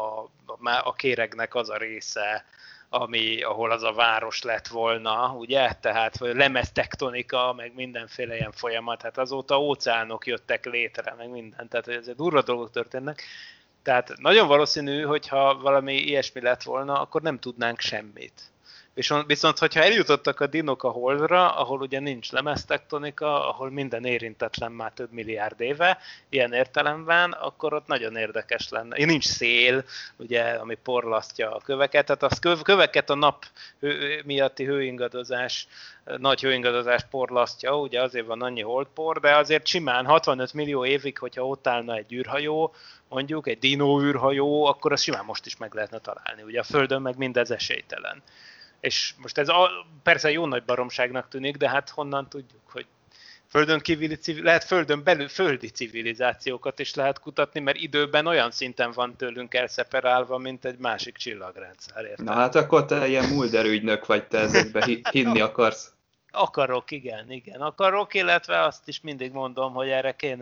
a kéregnek az a része, ahol az a város lett volna, ugye? Tehát lemeztektonika, meg mindenféle ilyen folyamat, hát azóta óceánok jöttek létre, meg minden, tehát ez egy durva dolgok történnek. Tehát nagyon valószínű, hogyha valami ilyesmi lett volna, akkor nem tudnánk semmit. Viszont, hogyha eljutottak a dinok a Holdra, ahol ugye nincs lemeztektonika, ahol minden érintetlen már több milliárd éve, ilyen értelemben, akkor ott nagyon érdekes lenne. Nincs szél, ugye, ami porlasztja a köveket, tehát a köveket a nap miatti hőingadozás, nagy hőingadozás porlasztja, ugye azért van annyi holdpor, de azért simán 65 millió évig, hogyha ott állna egy űrhajó, mondjuk egy dino űrhajó, akkor azt simán most is meg lehetne találni. Ugye a Földön meg mindez esélytelen. És most ez persze jó nagy baromságnak tűnik, de hát honnan tudjuk, hogy Földön kívüli lehet Földön belül földi civilizációkat is lehet kutatni, mert időben olyan szinten van tőlünk elszeparálva, mint egy másik csillagrendszer. Érted? Na hát akkor te ilyen Mulder ügynök vagy, te ezekbe hinni akarsz. Akarok, igen, akarok, illetve azt is mindig mondom, hogy erre kéne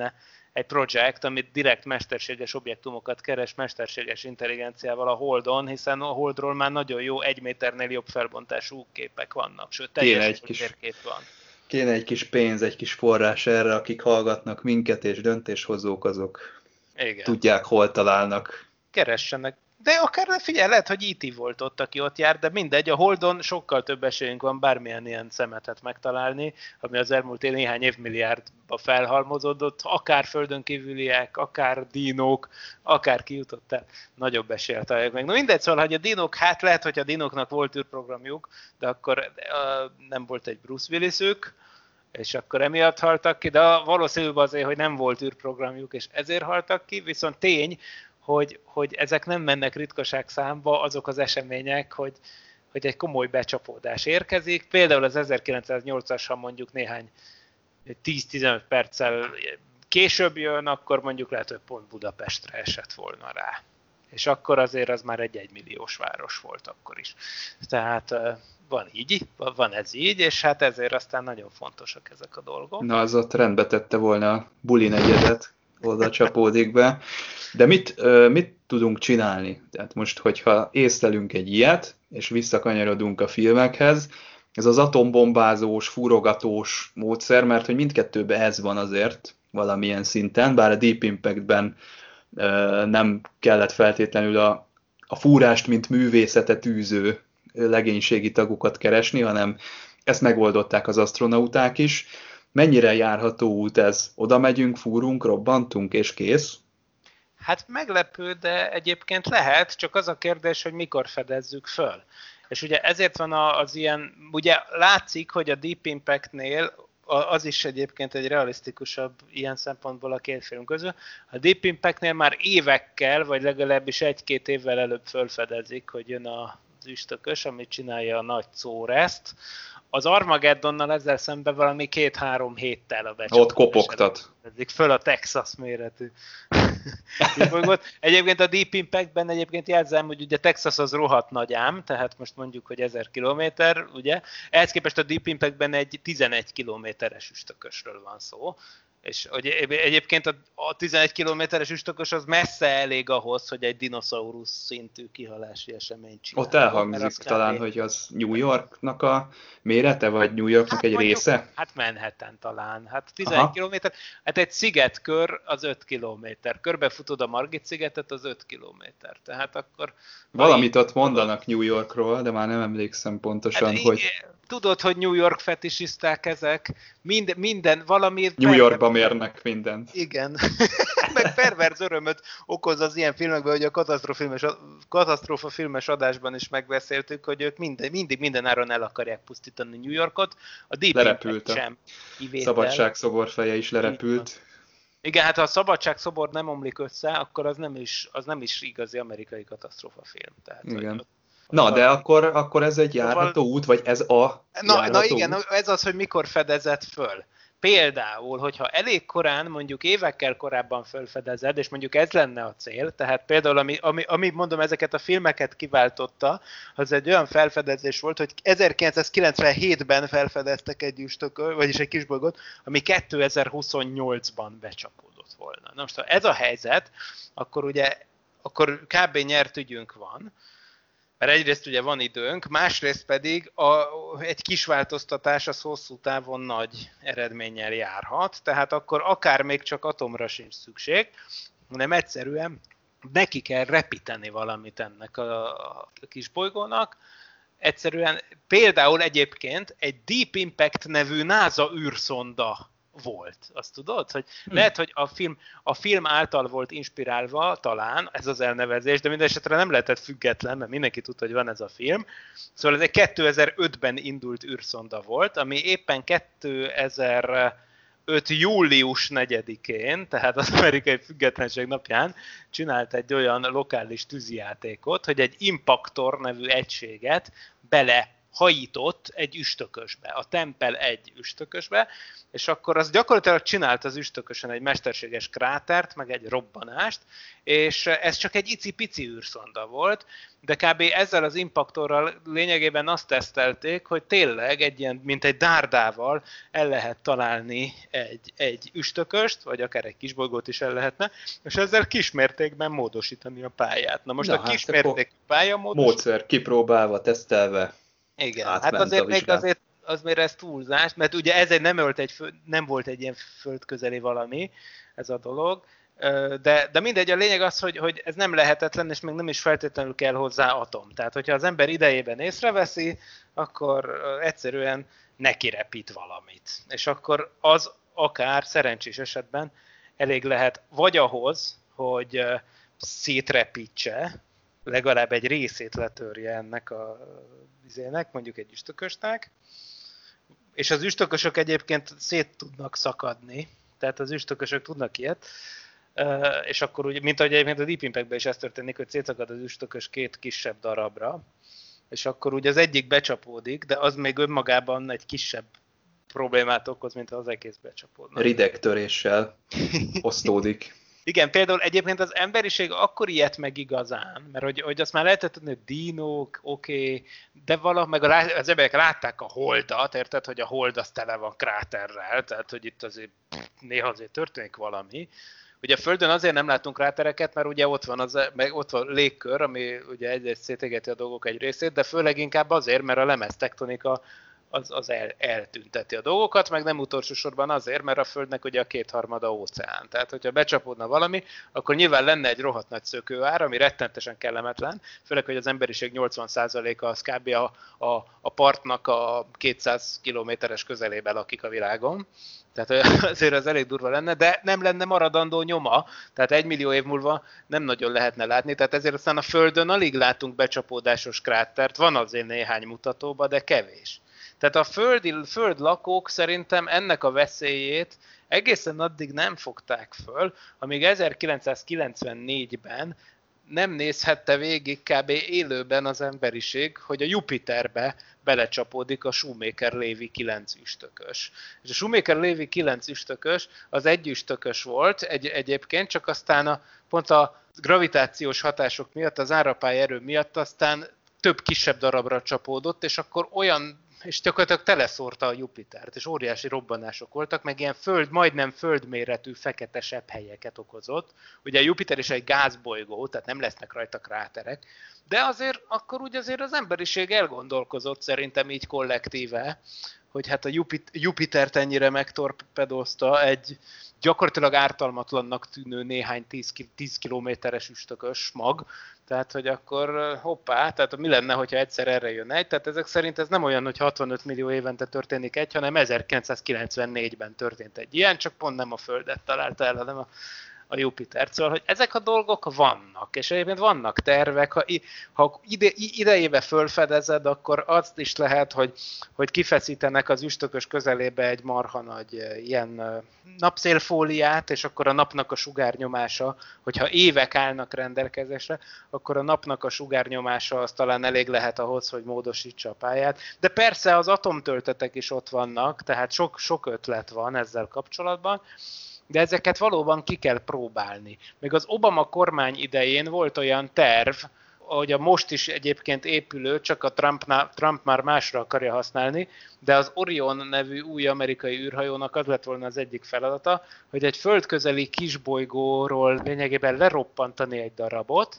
egy projekt, amit direkt mesterséges objektumokat keres mesterséges intelligenciával a Holdon, hiszen a Holdról már nagyon jó 1 méternél jobb felbontású képek vannak, sőt teljes térkép van. Kéne egy kis pénz, egy kis forrás erre, akik hallgatnak minket, és döntéshozók, azok tudják, hol találnak. Keressenek. De akár figyelj, lehet, hogy E.T. volt ott, aki ott jár, de mindegy, a Holdon sokkal több esélyünk van bármilyen ilyen szemetet megtalálni, ami az elmúlt néhány évmilliárdba felhalmozódott, akár földön kívüliek, akár dinók, akár kijutott el, nagyobb eséllyel találjuk meg. Na mindegy, szóval, hogy a dinók, hát lehet, hogy a dinóknak volt űrprogramjuk, de akkor nem volt egy Bruce Willisük, és akkor emiatt haltak ki, de valószínűleg azért, hogy nem volt űrprogramjuk, és ezért haltak ki, viszont tény, hogy ezek nem mennek ritkaság számba, azok az események, hogy egy komoly becsapódás érkezik. Például az 1908-as, ha mondjuk néhány 10-15 perccel később jön, akkor mondjuk lehet, hogy pont Budapestre esett volna rá. És akkor azért az már egy 1 milliós város volt akkor is. Tehát van ez így, és hát ezért aztán nagyon fontosak ezek a dolgok. Na, az ott rendbe tette volna a buli negyedet, oda csapódik be. De mit tudunk csinálni? Tehát most, hogyha észlelünk egy ilyet, és visszakanyarodunk a filmekhez, ez az atombombázós, fúrogatós módszer, mert hogy mindkettőben ez van azért valamilyen szinten, bár a Deep Impact-ben nem kellett feltétlenül a fúrást, mint művészetet űző legénységi tagokat keresni, hanem ezt megoldották az asztronauták is. Mennyire járható út ez? Oda megyünk, fúrunk, robbantunk, és kész? Hát meglepő, de egyébként lehet, csak az a kérdés, hogy mikor fedezzük föl. És ugye ezért van az ilyen, ugye látszik, hogy a Deep Impact-nél, az is egyébként egy realisztikusabb ilyen szempontból a két film közül, a Deep Impact-nél már évekkel, vagy legalábbis 1-2 évvel előbb fölfedezik, hogy jön az üstökös, amit csinálja a nagy Czóreszt. Az Armageddonnal ezzel szemben valami 2-3 héttel a becsapódás. Ott kopogtat. Föl a Texas méretű bolygót. Egyébként a Deep Impact-ben egyébként jelzem, hogy ugye Texas az rohadt nagy ám, tehát most mondjuk, hogy 1000 kilométer, ugye? Ehhez képest a Deep Impact-ben egy 11 kilométeres üstökösről van szó. És egyébként a 11 kilométeres üstökös az messze elég ahhoz, hogy egy dinoszaurusz szintű kihalási eseményt csinál. Ott elhangzik talán, hogy az New Yorknak a mérete, vagy New Yorknak egy mondjuk, része? Hát Manhattan talán. Hát 11 kilométer, hát egy szigetkör az 5 kilométer. Körbefutod a Margit-szigetet, az 5 kilométer. Tehát akkor... Valamit ott mondanak New Yorkról, de már nem emlékszem pontosan, hát hogy... Tudod, hogy New York fetisisták ezek, minden valami... New Yorkban mérnek mindent. Igen. Meg perverz örömöt okoz az ilyen filmekben, hogy a katasztrófa filmes adásban is megbeszéltük, hogy ők mindig mindenáron el akarják pusztítani New Yorkot. A Deep Impact sem kivétel. Szabadságszobor feje is lerepült. Igen, hát ha a Szabadságszobor nem omlik össze, akkor az nem is igazi amerikai katasztrófa film. Tehát, igen. Na, de akkor ez egy járható út, vagy ez a Na igen, út? Ez az, hogy mikor fedezett föl. Például, hogyha elég korán, mondjuk évekkel korábban felfedezed, és mondjuk ez lenne a cél, tehát például, ami mondom, ezeket a filmeket kiváltotta, az egy olyan felfedezés volt, hogy 1997-ben felfedeztek egy üstököt, vagyis egy kisbolygót, ami 2028-ban becsapódott volna. Na most, ha ez a helyzet, akkor kb. Nyert ügyünk van, mert egyrészt ugye van időnk, másrészt pedig egy kis változtatás az hosszú távon nagy eredménnyel járhat, tehát akkor akár még csak atomra sincs szükség, hanem egyszerűen neki kell repíteni valamit ennek a kis bolygónak. Egyszerűen például egyébként egy Deep Impact nevű NASA űrszonda volt. Azt tudod? Hogy lehet, hogy a film által volt inspirálva, talán ez az elnevezés, de minden esetre nem lehetett független, mert mindenki tudta, hogy van ez a film. Szóval ez egy 2005-ben indult űrszonda volt, ami éppen 2005. július 4-én, tehát az amerikai függetlenség napján csinált egy olyan lokális tűzijátékot, hogy egy Impactor nevű egységet bele hajított egy üstökösbe, a Tempel 1 üstökösbe, és akkor az gyakorlatilag csinált az üstökösön egy mesterséges krátert, meg egy robbanást, és ez csak egy icipici űrszonda volt, de kb. Ezzel az impaktorral lényegében azt tesztelték, hogy tényleg egy ilyen, mint egy dárdával el lehet találni egy üstököst, vagy akár egy kisbolygót is el lehetne, és ezzel kismértékben módosítani a pályát. Na most a kismértékű pályamódosítás... Módszer kipróbálva, tesztelve. Igen, hát azért még az még ez túlzás, mert ugye ez nem volt egy ilyen földközeli valami, ez a dolog, de mindegy, a lényeg az, hogy ez nem lehetetlen, és még nem is feltétlenül kell hozzá atom. Tehát, hogyha az ember idejében észreveszi, akkor egyszerűen nekirepít valamit. És akkor az akár szerencsés esetben elég lehet vagy ahhoz, hogy szétrepítse, legalább egy részét letörje ennek a vizének, mondjuk egy üstökösnek, és az üstökösök egyébként szét tudnak szakadni, tehát az üstökösök tudnak ilyet, és akkor úgy, mint ahogy egyébként a Deep Impact-ben is ez történik, hogy szétszakad az üstökös 2 kisebb darabra, és akkor ugye az egyik becsapódik, de az még önmagában egy kisebb problémát okoz, mint ha az egész becsapódna. Ridegtöréssel osztódik. Igen, például egyébként az emberiség akkor ilyet meg igazán, mert hogy azt már lehetett tudni, hogy dinók, oké, de meg az emberek látták a holdat, érted, hogy a hold az tele van kráterrel, tehát hogy itt azért néha azért történik valami. Ugye a Földön azért nem látunk krátereket, mert ugye ott van légkör, ami ugye egyrészt szétegeti a dolgok egy részét, de főleg inkább azért, mert a lemeztektonika az eltünteti a dolgokat, meg nem utolsó sorban azért, mert a Földnek ugye a 2/3 óceán. Tehát, hogyha becsapódna valami, akkor nyilván lenne egy rohadt nagy szökőár, ami rettentesen kellemetlen, főleg, hogy az emberiség 80%-a az kb. A partnak a 200 kilométeres közelében lakik a világon. Tehát azért az elég durva lenne, de nem lenne maradandó nyoma, tehát 1 millió év múlva nem nagyon lehetne látni, tehát ezért aztán a Földön alig látunk becsapódásos krátert, van azért néhány mutatóban, de kevés. Tehát a föld lakók szerintem ennek a veszélyét egészen addig nem fogták föl, amíg 1994-ben nem nézhette végig kb. Élőben az emberiség, hogy a Jupiterbe belecsapódik a Shoemaker-Levy 9 üstökös. És a Shoemaker-Levy 9 üstökös az egy üstökös volt egyébként, csak aztán pont a gravitációs hatások miatt, az árapály erő miatt aztán több kisebb darabra csapódott, és akkor és gyakorlatilag teleszórta a Jupitert, és óriási robbanások voltak, meg ilyen majdnem földméretű fekete sebhelyeket okozott. Ugye a Jupiter is egy gázbolygó, tehát nem lesznek rajta kráterek, de akkor úgy azért az emberiség elgondolkozott szerintem így kollektíve, hogy hát a Jupitert ennyire megtorpedózta egy gyakorlatilag ártalmatlannak tűnő néhány 10 kilométeres üstökös mag, tehát hogy akkor hoppá, tehát mi lenne, hogyha egyszer erre jön egy, tehát ezek szerint ez nem olyan, hogy 65 millió évente történik egy, hanem 1994-ben történt egy ilyen, csak pont nem a Földet találta el, hanem a Jupitert. Szóval, hogy ezek a dolgok vannak, és egyébként vannak tervek, ha idejébe fölfedezed, akkor azt is lehet, hogy kifeszítenek az üstökös közelébe egy marha nagy ilyen napszélfóliát, és akkor a napnak a sugárnyomása, hogyha évek állnak rendelkezésre, akkor a napnak a sugárnyomása az talán elég lehet ahhoz, hogy módosítsa a pályát. De persze az atomtöltetek is ott vannak, tehát sok ötlet van ezzel kapcsolatban, de ezeket valóban ki kell próbálni. Még az Obama kormány idején volt olyan terv, hogy a most is egyébként épülő, csak a Trump már másra akarja használni, de az Orion nevű új amerikai űrhajónak az lett volna az egyik feladata, hogy egy földközeli kisbolygóról lényegében leroppantani egy darabot,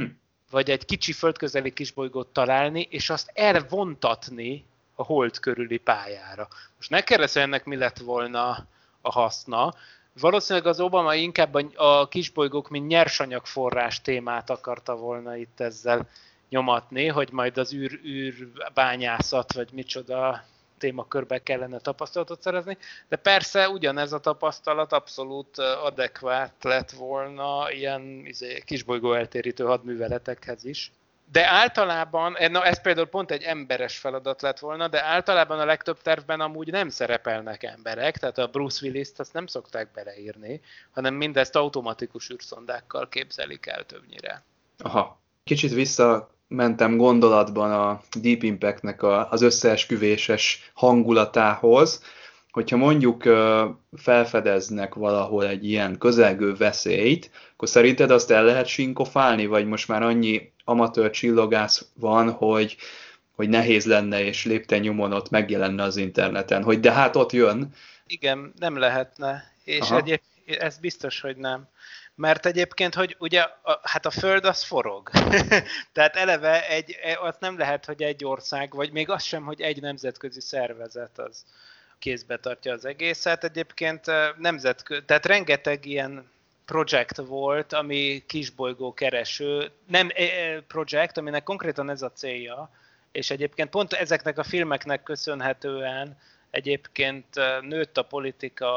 vagy egy kicsi földközeli kisbolygót találni, és azt elvontatni a hold körüli pályára. Most ne kérdezz, ennek mi lett volna a haszna. Valószínűleg az Obama inkább a kisbolygók, mint nyersanyagforrás témát akarta volna itt ezzel nyomatni, hogy majd az űrbányászat, vagy micsoda témakörbe kellene tapasztalatot szerezni, de persze ugyanez a tapasztalat abszolút adekvát lett volna ilyen kisbolygó eltérítő hadműveletekhez is. De általában, ez például pont egy emberes feladat lett volna, de általában a legtöbb tervben amúgy nem szerepelnek emberek, tehát a Bruce Willis-t azt nem szokták beleírni, hanem mindezt automatikus űrszondákkal képzelik el többnyire. Aha. Kicsit vissza mentem gondolatban a Deep Impact-nek az összeesküvéses hangulatához, hogyha mondjuk felfedeznek valahol egy ilyen közelgő veszélyt, akkor szerinted azt el lehet sinkofálni, vagy most már annyi amatőr csillagász van, hogy nehéz lenne, és lépten-nyomon ott megjelenne az interneten, hogy de hát ott jön. Igen, nem lehetne, és ez biztos, hogy nem. Mert egyébként, hogy ugye, hát a Föld az forog. Tehát eleve az nem lehet, hogy egy ország, vagy még az sem, hogy egy nemzetközi szervezet az kézbe tartja az egészet. Egyébként tehát rengeteg ilyen projekt volt, ami kisbolygó kereső, nem projekt, aminek konkrétan ez a célja, és egyébként pont ezeknek a filmeknek köszönhetően egyébként nőtt a politika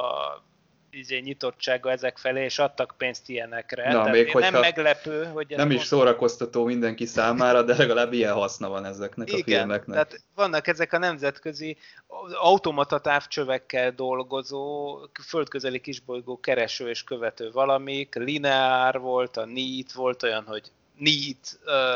nyitottsága ezek felé, és adtak pénzt ilyenekre. Na, még nem meglepő, hogy... Nem is szórakoztató mindenki számára, de legalább ilyen haszna van ezeknek a filmeknek. Tehát vannak ezek a nemzetközi automata távcsövekkel dolgozó, földközeli kisbolygó kereső és követő valamik. Linear volt, a NEAT volt olyan, hogy NEAT,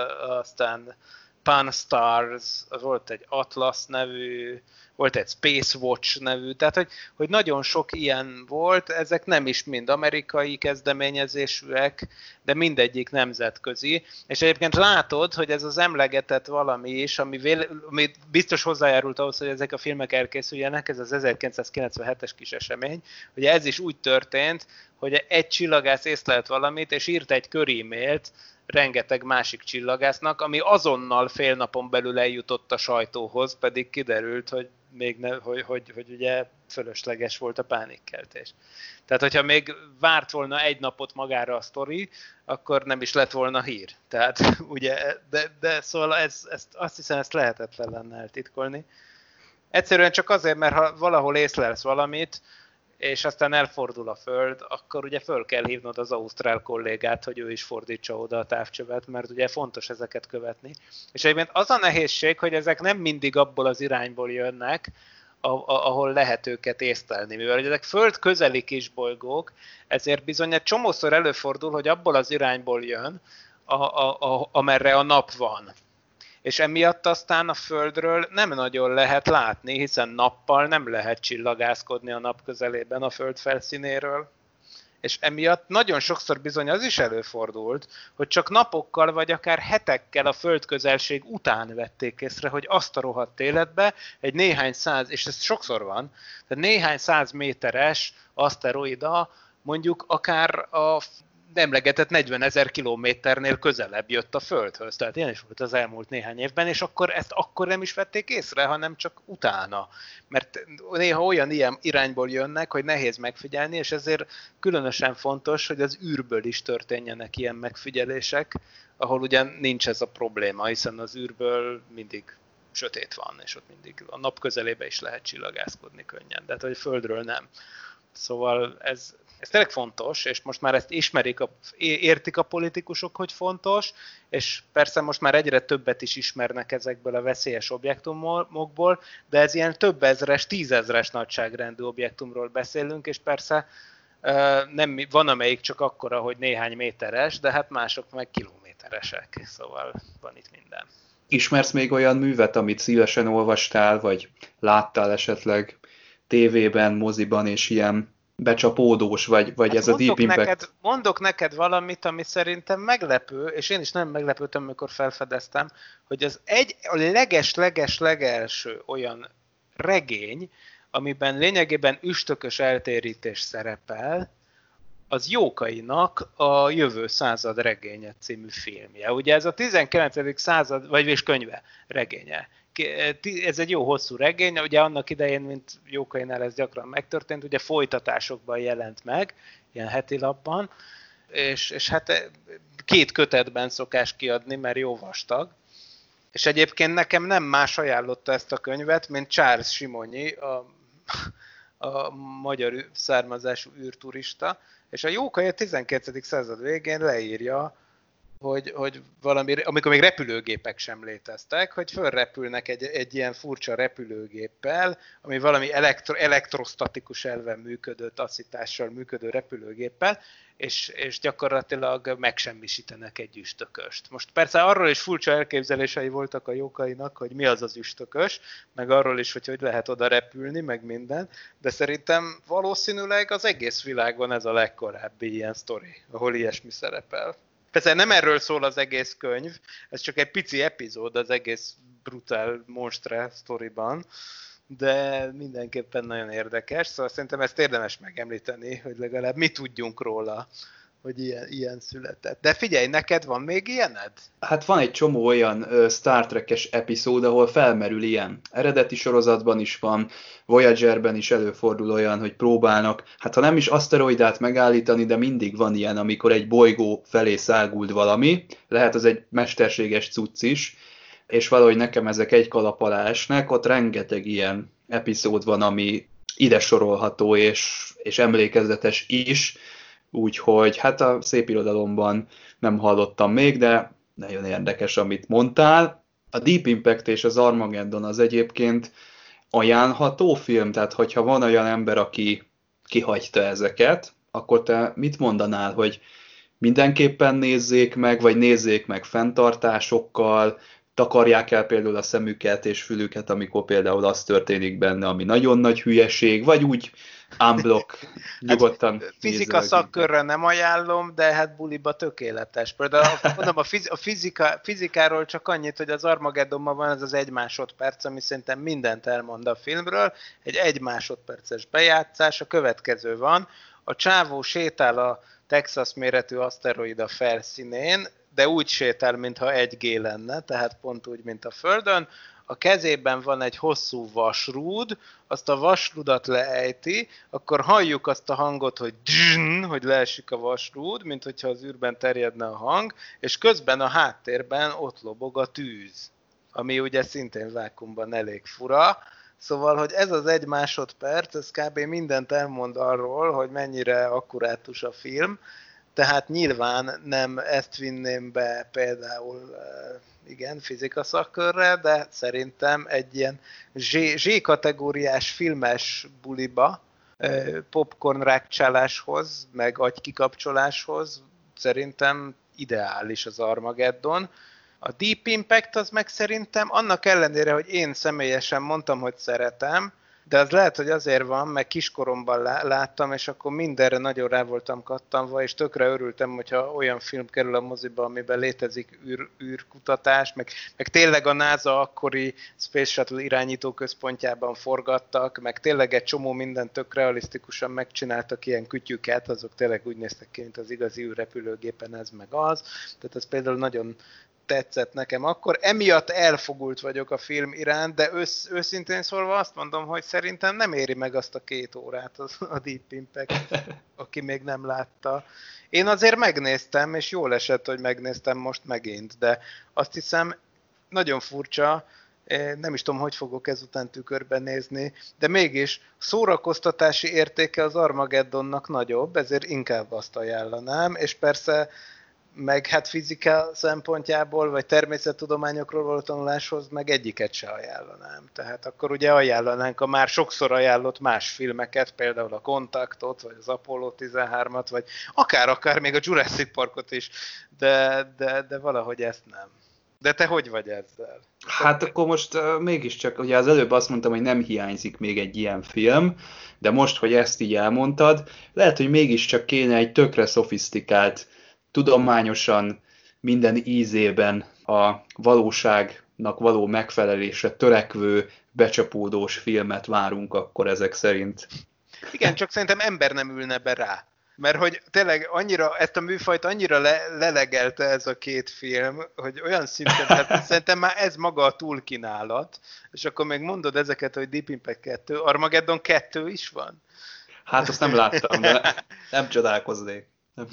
aztán Pan-STARRS, volt egy Atlas nevű, volt egy Space Watch nevű, tehát hogy nagyon sok ilyen volt, ezek nem is mind amerikai kezdeményezésűek, de mindegyik nemzetközi, és egyébként látod, hogy ez az emlegetett valami is, ami biztos hozzájárult ahhoz, hogy ezek a filmek elkészüljenek, ez az 1997-es kis esemény, ugye ez is úgy történt, hogy egy csillagász észlelt valamit, és írt egy körímélt rengeteg másik csillagásznak, ami azonnal fél napon belül eljutott a sajtóhoz, pedig kiderült, hogy hogy ugye fölösleges volt a pánikkeltés. Tehát, hogyha még várt volna egy napot magára a sztori, akkor nem is lett volna hír. Tehát, ugye, de szóval azt hiszem, ezt lehetetlen lenne eltitkolni. Egyszerűen csak azért, mert ha valahol észlelsz valamit, és aztán elfordul a Föld, akkor ugye föl kell hívnod az ausztrál kollégát, hogy ő is fordítsa oda a távcsövet, mert ugye fontos ezeket követni. És egyébként az a nehézség, hogy ezek nem mindig abból az irányból jönnek, ahol lehet őket észlelni. Mivel ezek föld közeli kisbolygók, ezért bizony egy csomószor előfordul, hogy abból az irányból jön, amerre a nap van. És emiatt aztán a Földről nem nagyon lehet látni, hiszen nappal nem lehet csillagászkodni a nap közelében a Föld felszínéről. És emiatt nagyon sokszor bizony az is előfordult, hogy csak napokkal vagy akár hetekkel a földközelség után vették észre, hogy azt a rohadt életbe egy néhány száz, és ez sokszor van, tehát néhány 100 méteres aszteroida mondjuk akár a emlegetett 40 000 kilométernél közelebb jött a Földhöz. Tehát ilyen is volt az elmúlt néhány évben, és akkor ezt akkor nem is vették észre, hanem csak utána. Mert néha olyan irányból jönnek, hogy nehéz megfigyelni, és ezért különösen fontos, hogy az űrből is történjenek ilyen megfigyelések, ahol ugyan nincs ez a probléma, hiszen az űrből mindig sötét van, és ott mindig a nap közelébe is lehet csillagászkodni könnyen, de hát, hogy Földről nem. Szóval ez tényleg fontos, és most már ezt értik a politikusok, hogy fontos, és persze most már egyre többet is ismernek ezekből a veszélyes objektumokból, de ez ilyen több ezres, 10 000-es nagyságrendű objektumról beszélünk, és persze van amelyik csak akkora, hogy néhány méteres, de hát mások meg kilométeresek, szóval van itt minden. Ismersz még olyan művet, amit szívesen olvastál, vagy láttál esetleg tévében, moziban, és ilyen becsapódós, vagy hát ez a Deep Impact? Mondok neked valamit, ami szerintem meglepő, és én is nem meglepődtem, amikor felfedeztem, hogy a legelső olyan regény, amiben lényegében üstökös eltérítés szerepel, az Jókainak a Jövő század regénye című filmje. Ugye ez a 19. század, vagyis könyve, regénye. Ez egy jó hosszú regény, ugye annak idején, mint Jókainál ez gyakran megtörtént, ugye folytatásokban jelent meg, ilyen heti lapban, és hát 2 kötetben szokás kiadni, mert jó vastag. És egyébként nekem nem más ajánlotta ezt a könyvet, mint Charles Simonyi, a magyar származású űrturista, és a Jókai a 12. század végén leírja, hogy valami, amikor még repülőgépek sem léteztek, hogy fölrepülnek egy ilyen furcsa repülőgéppel, ami valami elektrostatikus elven működő, taszítással működő repülőgéppel, és gyakorlatilag megsemmisítenek egy üstököst. Most persze arról is furcsa elképzelései voltak a Jókainak, hogy mi az az üstökös, meg arról is, hogy lehet oda repülni, meg minden, de szerintem valószínűleg az egész világon ez a legkorábbi ilyen sztori, ahol ilyesmi szerepel. Persze nem erről szól az egész könyv, ez csak egy pici epizód az egész brutál monstre sztoriban, de mindenképpen nagyon érdekes, szóval szerintem ezt érdemes megemlíteni, hogy legalább mi tudjunk róla, hogy ilyen született. De figyelj, neked van még ilyened? Hát van egy csomó olyan Star Trek-es epizód, ahol felmerül ilyen. Eredeti sorozatban is van, Voyagerben is előfordul olyan, hogy próbálnak, hát ha nem is aszteroidát megállítani, de mindig van ilyen, amikor egy bolygó felé száguld valami, lehet az egy mesterséges cucc is, és valahogy nekem ezek egy kalap alá esnek, ott rengeteg ilyen epizód van, ami ide sorolható és emlékezetes is, úgyhogy hát a szépirodalomban nem hallottam még, de nagyon érdekes, amit mondtál. A Deep Impact és az Armageddon az egyébként ajánlható film, tehát hogyha van olyan ember, aki kihagyta ezeket, akkor te mit mondanál, hogy mindenképpen nézzék meg, vagy nézzék meg fenntartásokkal, takarják el például a szemüket és fülüket, amikor például az történik benne, ami nagyon nagy hülyeség, vagy úgy unblock, nyugodtan. Hát, fizika szakkörre nem ajánlom, de hát buliba tökéletes. Például mondom, a fizikáról csak annyit, hogy az Armageddonban van ez az 1 másodperc, ami szerintem mindent elmond a filmről. Egy 1 másodperces bejátszás, a következő van. A csávó sétál a Texas méretű aszteroida felszínén, de úgy sétál, mintha 1G lenne, tehát pont úgy, mint a Földön. A kezében van egy hosszú vasrúd, azt a vasrudat leejti, akkor halljuk azt a hangot, hogy dzsn, hogy leesik a vasrúd, mint hogyha az űrben terjedne a hang, és közben a háttérben ott lobog a tűz, ami ugye szintén vákuumban elég fura. Szóval, hogy ez az 1 másodperc, ez kb. Mindent elmond arról, hogy mennyire akkurátus a film, tehát nyilván nem ezt vinném be például, igen, fizika szakkörre, de szerintem egy ilyen Z-kategóriás filmes buliba, popcorn rákcsáláshoz, meg agykikapcsoláshoz szerintem ideális az Armageddon. A Deep Impact az meg szerintem annak ellenére, hogy én személyesen mondtam, hogy szeretem, de az lehet, hogy azért van, mert kiskoromban láttam, és akkor mindenre nagyon rá voltam kattanva, és tökre örültem, hogyha olyan film kerül a moziba, amiben létezik űrkutatás, meg tényleg a NASA akkori Space Shuttle irányító központjában forgattak, meg tényleg egy csomó mindent tök realisztikusan megcsináltak, ilyen kütyüket, azok tényleg úgy néztek ki, mint az igazi űrrepülőgépen ez meg az. Tehát ez például nagyon tetszett nekem akkor. Emiatt elfogult vagyok a film iránt, de őszintén szólva azt mondom, hogy szerintem nem éri meg azt a 2 órát a Deep Impact, aki még nem látta. Én azért megnéztem, és jól esett, hogy megnéztem most megint, de azt hiszem, nagyon furcsa, nem is tudom, hogy fogok ezután tükörben nézni, de mégis szórakoztatási értéke az Armageddonnak nagyobb, ezért inkább azt ajánlanám, és persze meg hát fizika szempontjából, vagy természettudományokról való tanuláshoz meg egyiket se ajánlanám. Tehát akkor ugye ajánlanánk a már sokszor ajánlott más filmeket, például a Kontaktot, vagy az Apollo 13-at, vagy akár még a Jurassic Parkot is, de valahogy ezt nem. De te hogy vagy ezzel? Hát akkor most mégiscsak, ugye az előbb azt mondtam, hogy nem hiányzik még egy ilyen film, de most, hogy ezt így elmondtad, lehet, hogy mégiscsak kéne egy tökre szofisztikált, tudományosan minden ízében a valóságnak való megfelelésre törekvő, becsapódós filmet várunk akkor ezek szerint. Igen, csak szerintem ember nem ülne be rá. Mert hogy tényleg annyira, ezt a műfajt annyira lelegelte ez a 2 film, hogy olyan szinten, tehát szerintem már ez maga a túlkínálat, és akkor még mondod ezeket, hogy Deep Impact 2, Armageddon 2 is van? Hát azt nem láttam, de nem csodálkoznék.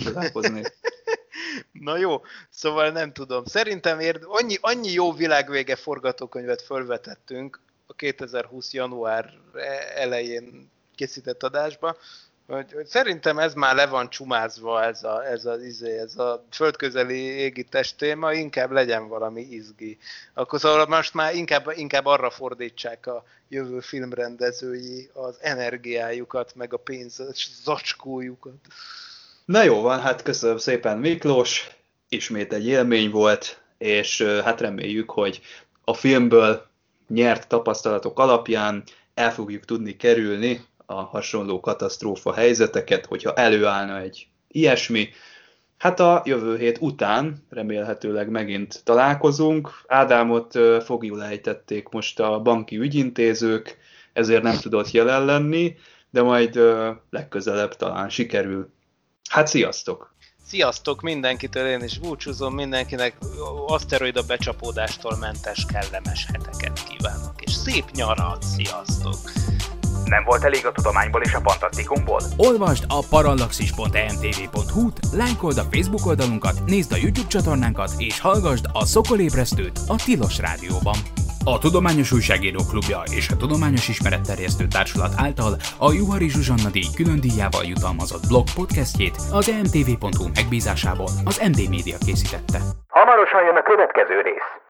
Na jó, szóval nem tudom. Szerintem annyi jó világvége forgatókönyvet fölvetettünk a 2020. január elején készített adásba, Szerintem ez már le van csumázva, ez a földközeli égi test téma, inkább legyen valami izgi. Akkor szóval most már inkább arra fordítsák a jövő filmrendezői az energiájukat, meg a pénz zacskójukat. Na jó van, hát köszönöm szépen Miklós, ismét egy élmény volt, és hát reméljük, hogy a filmből nyert tapasztalatok alapján el fogjuk tudni kerülni a hasonló katasztrófa helyzeteket, hogyha előállna egy ilyesmi. Hát a jövő hét után remélhetőleg megint találkozunk. Ádámot foglyul ejtették most a banki ügyintézők, ezért nem tudott jelen lenni, de majd legközelebb talán sikerül. Hát sziasztok! Sziasztok mindenkitől, én is búcsúzom, mindenkinek aszteroida becsapódástól mentes, kellemes heteket kívánok, és szép nyarat, sziasztok! Nem volt elég a tudományból és a fantasztikumból? Olvasd a parallaxis.emtv.hu-t, lájkold a Facebook oldalunkat, nézd a YouTube csatornánkat, és hallgasd a Szokolébresztőt a Tilos Rádióban. A Tudományos Újságírók Klubja és a Tudományos Ismeretterjesztő Társulat által a Juhari Zsuzsanna díj külön díjával jutalmazott blog podcastjét az emtv.hu megbízásából az MD Media készítette. Hamarosan jön a következő rész.